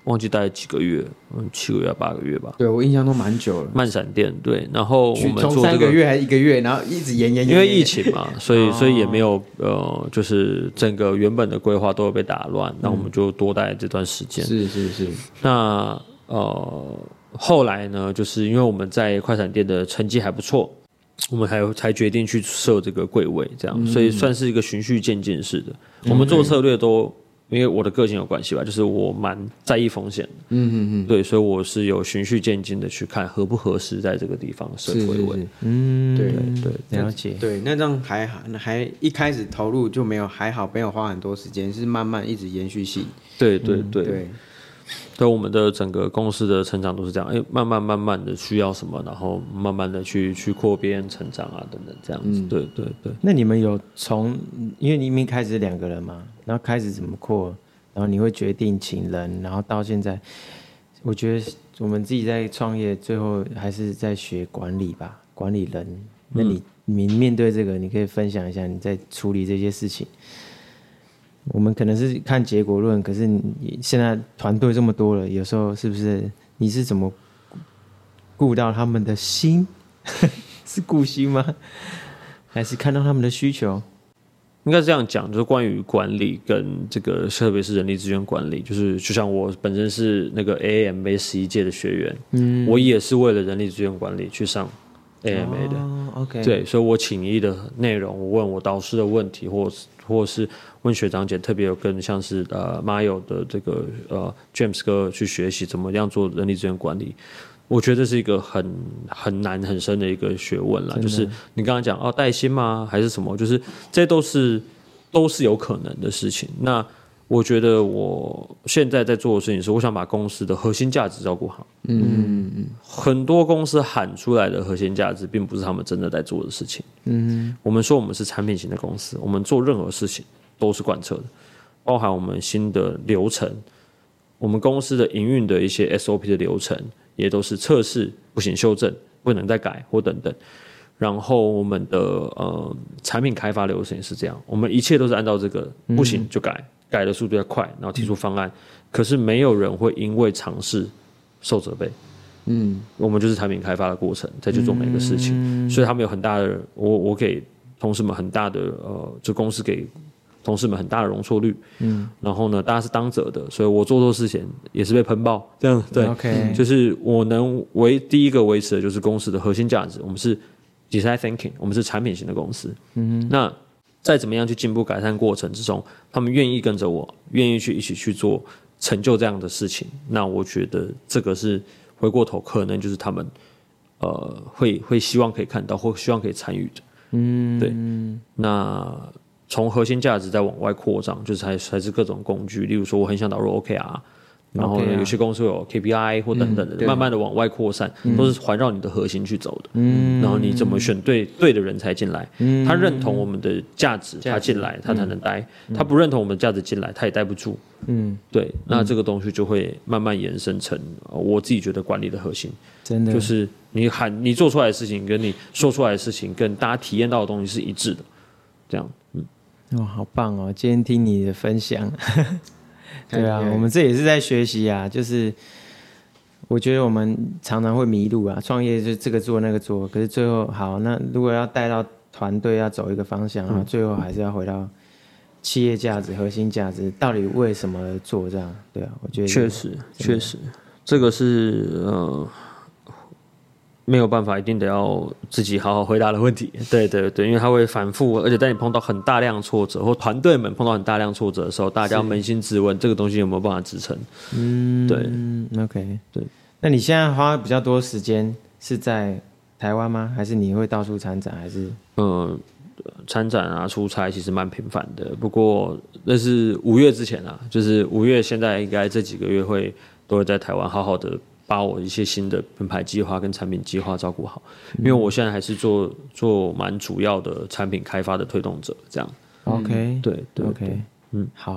忘记待几个月，嗯，七个月八个月吧。 对我印象都蛮久了。 慢闪电对，然后我们从做、这个、 三个月还是一个月，然后一直延延延， 因为疫情嘛，所以所以也没有呃，就是整个原本的规划都会被打乱，那、嗯、我们就多待这段时间。 是是是。 那呃后来呢，就是因为我们在快闪店的成绩还不错，我们还才决定去设这个柜位，这样，嗯、所以算是一个循序渐进式的。嗯、我们做策略都。因为我的个性有关系吧，就是我蛮在意风险的， 嗯嗯嗯， 对，所以我是有循序渐进的去看合不合适在这个地方设柜位， 嗯，对对，了解， 对，那这样还好，还一开始投入就没有还好，没有花很多时间，是慢慢一直延续性， 对对对、 嗯、对。 对我们的整个公司的成长都是这样，哎，慢慢慢慢的需要什么，然后慢慢的去去扩编成长啊，等等这样子。嗯、对对对。 那你们有从，因为你们开始两个人嘛，然后开始怎么扩，然后你会决定请人，然后到现在，我觉得我们自己在创业，最后还是在学管理吧，管理人。那你、嗯、你面对这个，你可以分享一下你在处理这些事情。我们可能是看结果论，可是你现在团队这么多了，有时候是不是你是怎么顾到他们的心？是顾心吗？还是看到他们的需求？ 应该这样讲，就是关于管理跟这个，特别是人力资源管理，就是就像我本身是那个 A M A 十一届的学员，嗯，我也是为了人力资源管理去上 A M A 的、 哦、，OK， 对，所以我请益的内容，我问我导师的问题，或或是问学长姐，特别有跟像是呃 Mayo 的这个呃 James 哥去学习怎么样做人力资源管理。我觉得这是一个很很难很深的一个学问啦，就是你刚刚讲哦带薪吗还是什么，就是这都是都是有可能的事情。那我觉得我现在在做的事情是，我想把公司的核心价值照顾好。嗯嗯，很多公司喊出来的核心价值，并不是他们真的在做的事情。嗯，我们说我们是产品型的公司，我们做任何事情都是贯彻的，包含我们新的流程，我们公司的营运的一些 S O P 的流程。也都是测试不行修正不能再改或等等，然后我们的呃产品开发流程也是这样，我们一切都是按照这个不行就改，嗯、改的速度要快，然后提出方案。嗯、可是没有人会因为尝试受责备，嗯，我们就是产品开发的过程再去做每个事情，嗯、所以他们有很大的我我给同事们很大的呃，就公司给。同事们很大的容错率，嗯，然后呢，大家是当责的，所以我做错事情也是被喷爆，这样对 ，OK， 就是我能维第一个维持的就是公司的核心价值，我们是 design thinking， 我们是产品型的公司，嗯，那再怎么样去进步改善过程之中，他们愿意跟着我，愿意去一起去做成就这样的事情，那我觉得这个是回过头可能就是他们呃会会希望可以看到或希望可以参与的，嗯，对，那。从核心价值再往外扩张，就是还还是各种工具，例如说我很想导入 O K R， 然后呢、okay 啊、有些公司有 K P I 或等等的，嗯、慢慢的往外扩散，嗯、都是环绕你的核心去走的。嗯，然后你怎么选对对的人才进来？嗯，他认同我们的价值，他进来他才能待；嗯、他不认同我们的价值进来，他也待不住。嗯，对，那这个东西就会慢慢延伸成我自己觉得管理的核心， 真的就是你喊你做出来的事情，跟你说出来的事情，跟大家体验到的东西是一致的，这样。嗯。 哇、哦，好棒哦！今天听你的分享，对啊，我们这也是在学习啊。就是我觉得我们常常会迷路啊，创业就这个做那个做，可是最后好，那如果要带到团队要走一个方向，然后最后还是要回到企业价值、核心价值，到底为什么而做这样？对啊，我觉得确实确实，这个是呃。没有办法，一定得要自己好好回答的问题。对对对，因为它会反复，而且当你碰到很大量挫折，或团队们碰到很大量挫折的时候，大家要扪心自问，这个东西有没有办法支撑？嗯， 对 ，OK， 对。那你现在花比较多时间是在台湾吗？还是你会到处参展？还是嗯，参展啊，出差其实蛮频繁的。不过那是五月之前啊，就是五月，现在应该这几个月会都会在台湾好好的。把我一些新的品牌计划跟产品计划照顾好，因为我现在还是做做蛮主要的产品开发的推动者，这样。 OK， 对对 ，OK， 嗯，好，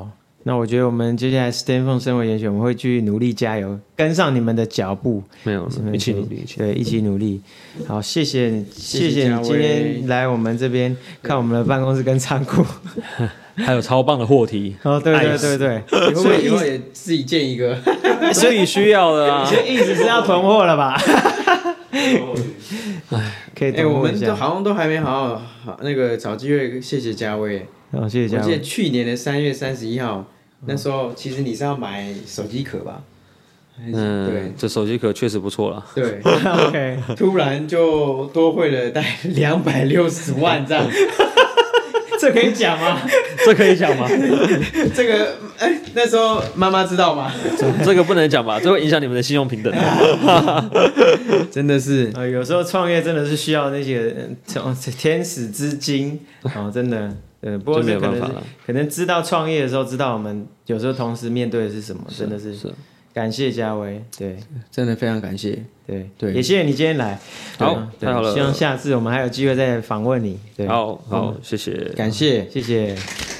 那我觉得我们接下来 Stanford 生活研选，我们会继续努力加油，跟上你们的脚步。 没有，一起努力，一起对，一起努力。好，谢谢你，谢谢你嘉威今天来我们这边看我们的办公室跟仓库。 还有超棒的货题。 哦，对对对对， 你会不会以后也自己建一个？ 所以需要的啊。 这意思是要囤货了吧？可以哎、我们都囤货一下。 好像都还没好好好那个找机会，谢谢嘉威。 好，谢谢嘉伟。 我记得去年的三月三十一号，那时候其实你是要买手机壳吧？还是嗯， 对这手机壳确实不错了。 对， OK， 突然就多汇了大概两百六十万这样。 这可以讲吗？ 这可以讲吗？ 这个哎、那时候妈妈知道吗？ 这个不能讲吧？这会影响你们的信用平等。 真的是， 呃，有时候创业真的是需要那些呃天使之金哦，真的。呃，不过这没这可能是有办法了可能知道创业的时候，知道我们有时候同时面对的是什么，真的是是感谢嘉威，对真的非常感谢。 对对也谢谢你今天来， 好对太好了希望下次我们还有机会再访问你，对， 好好，谢谢。 感谢。 谢谢。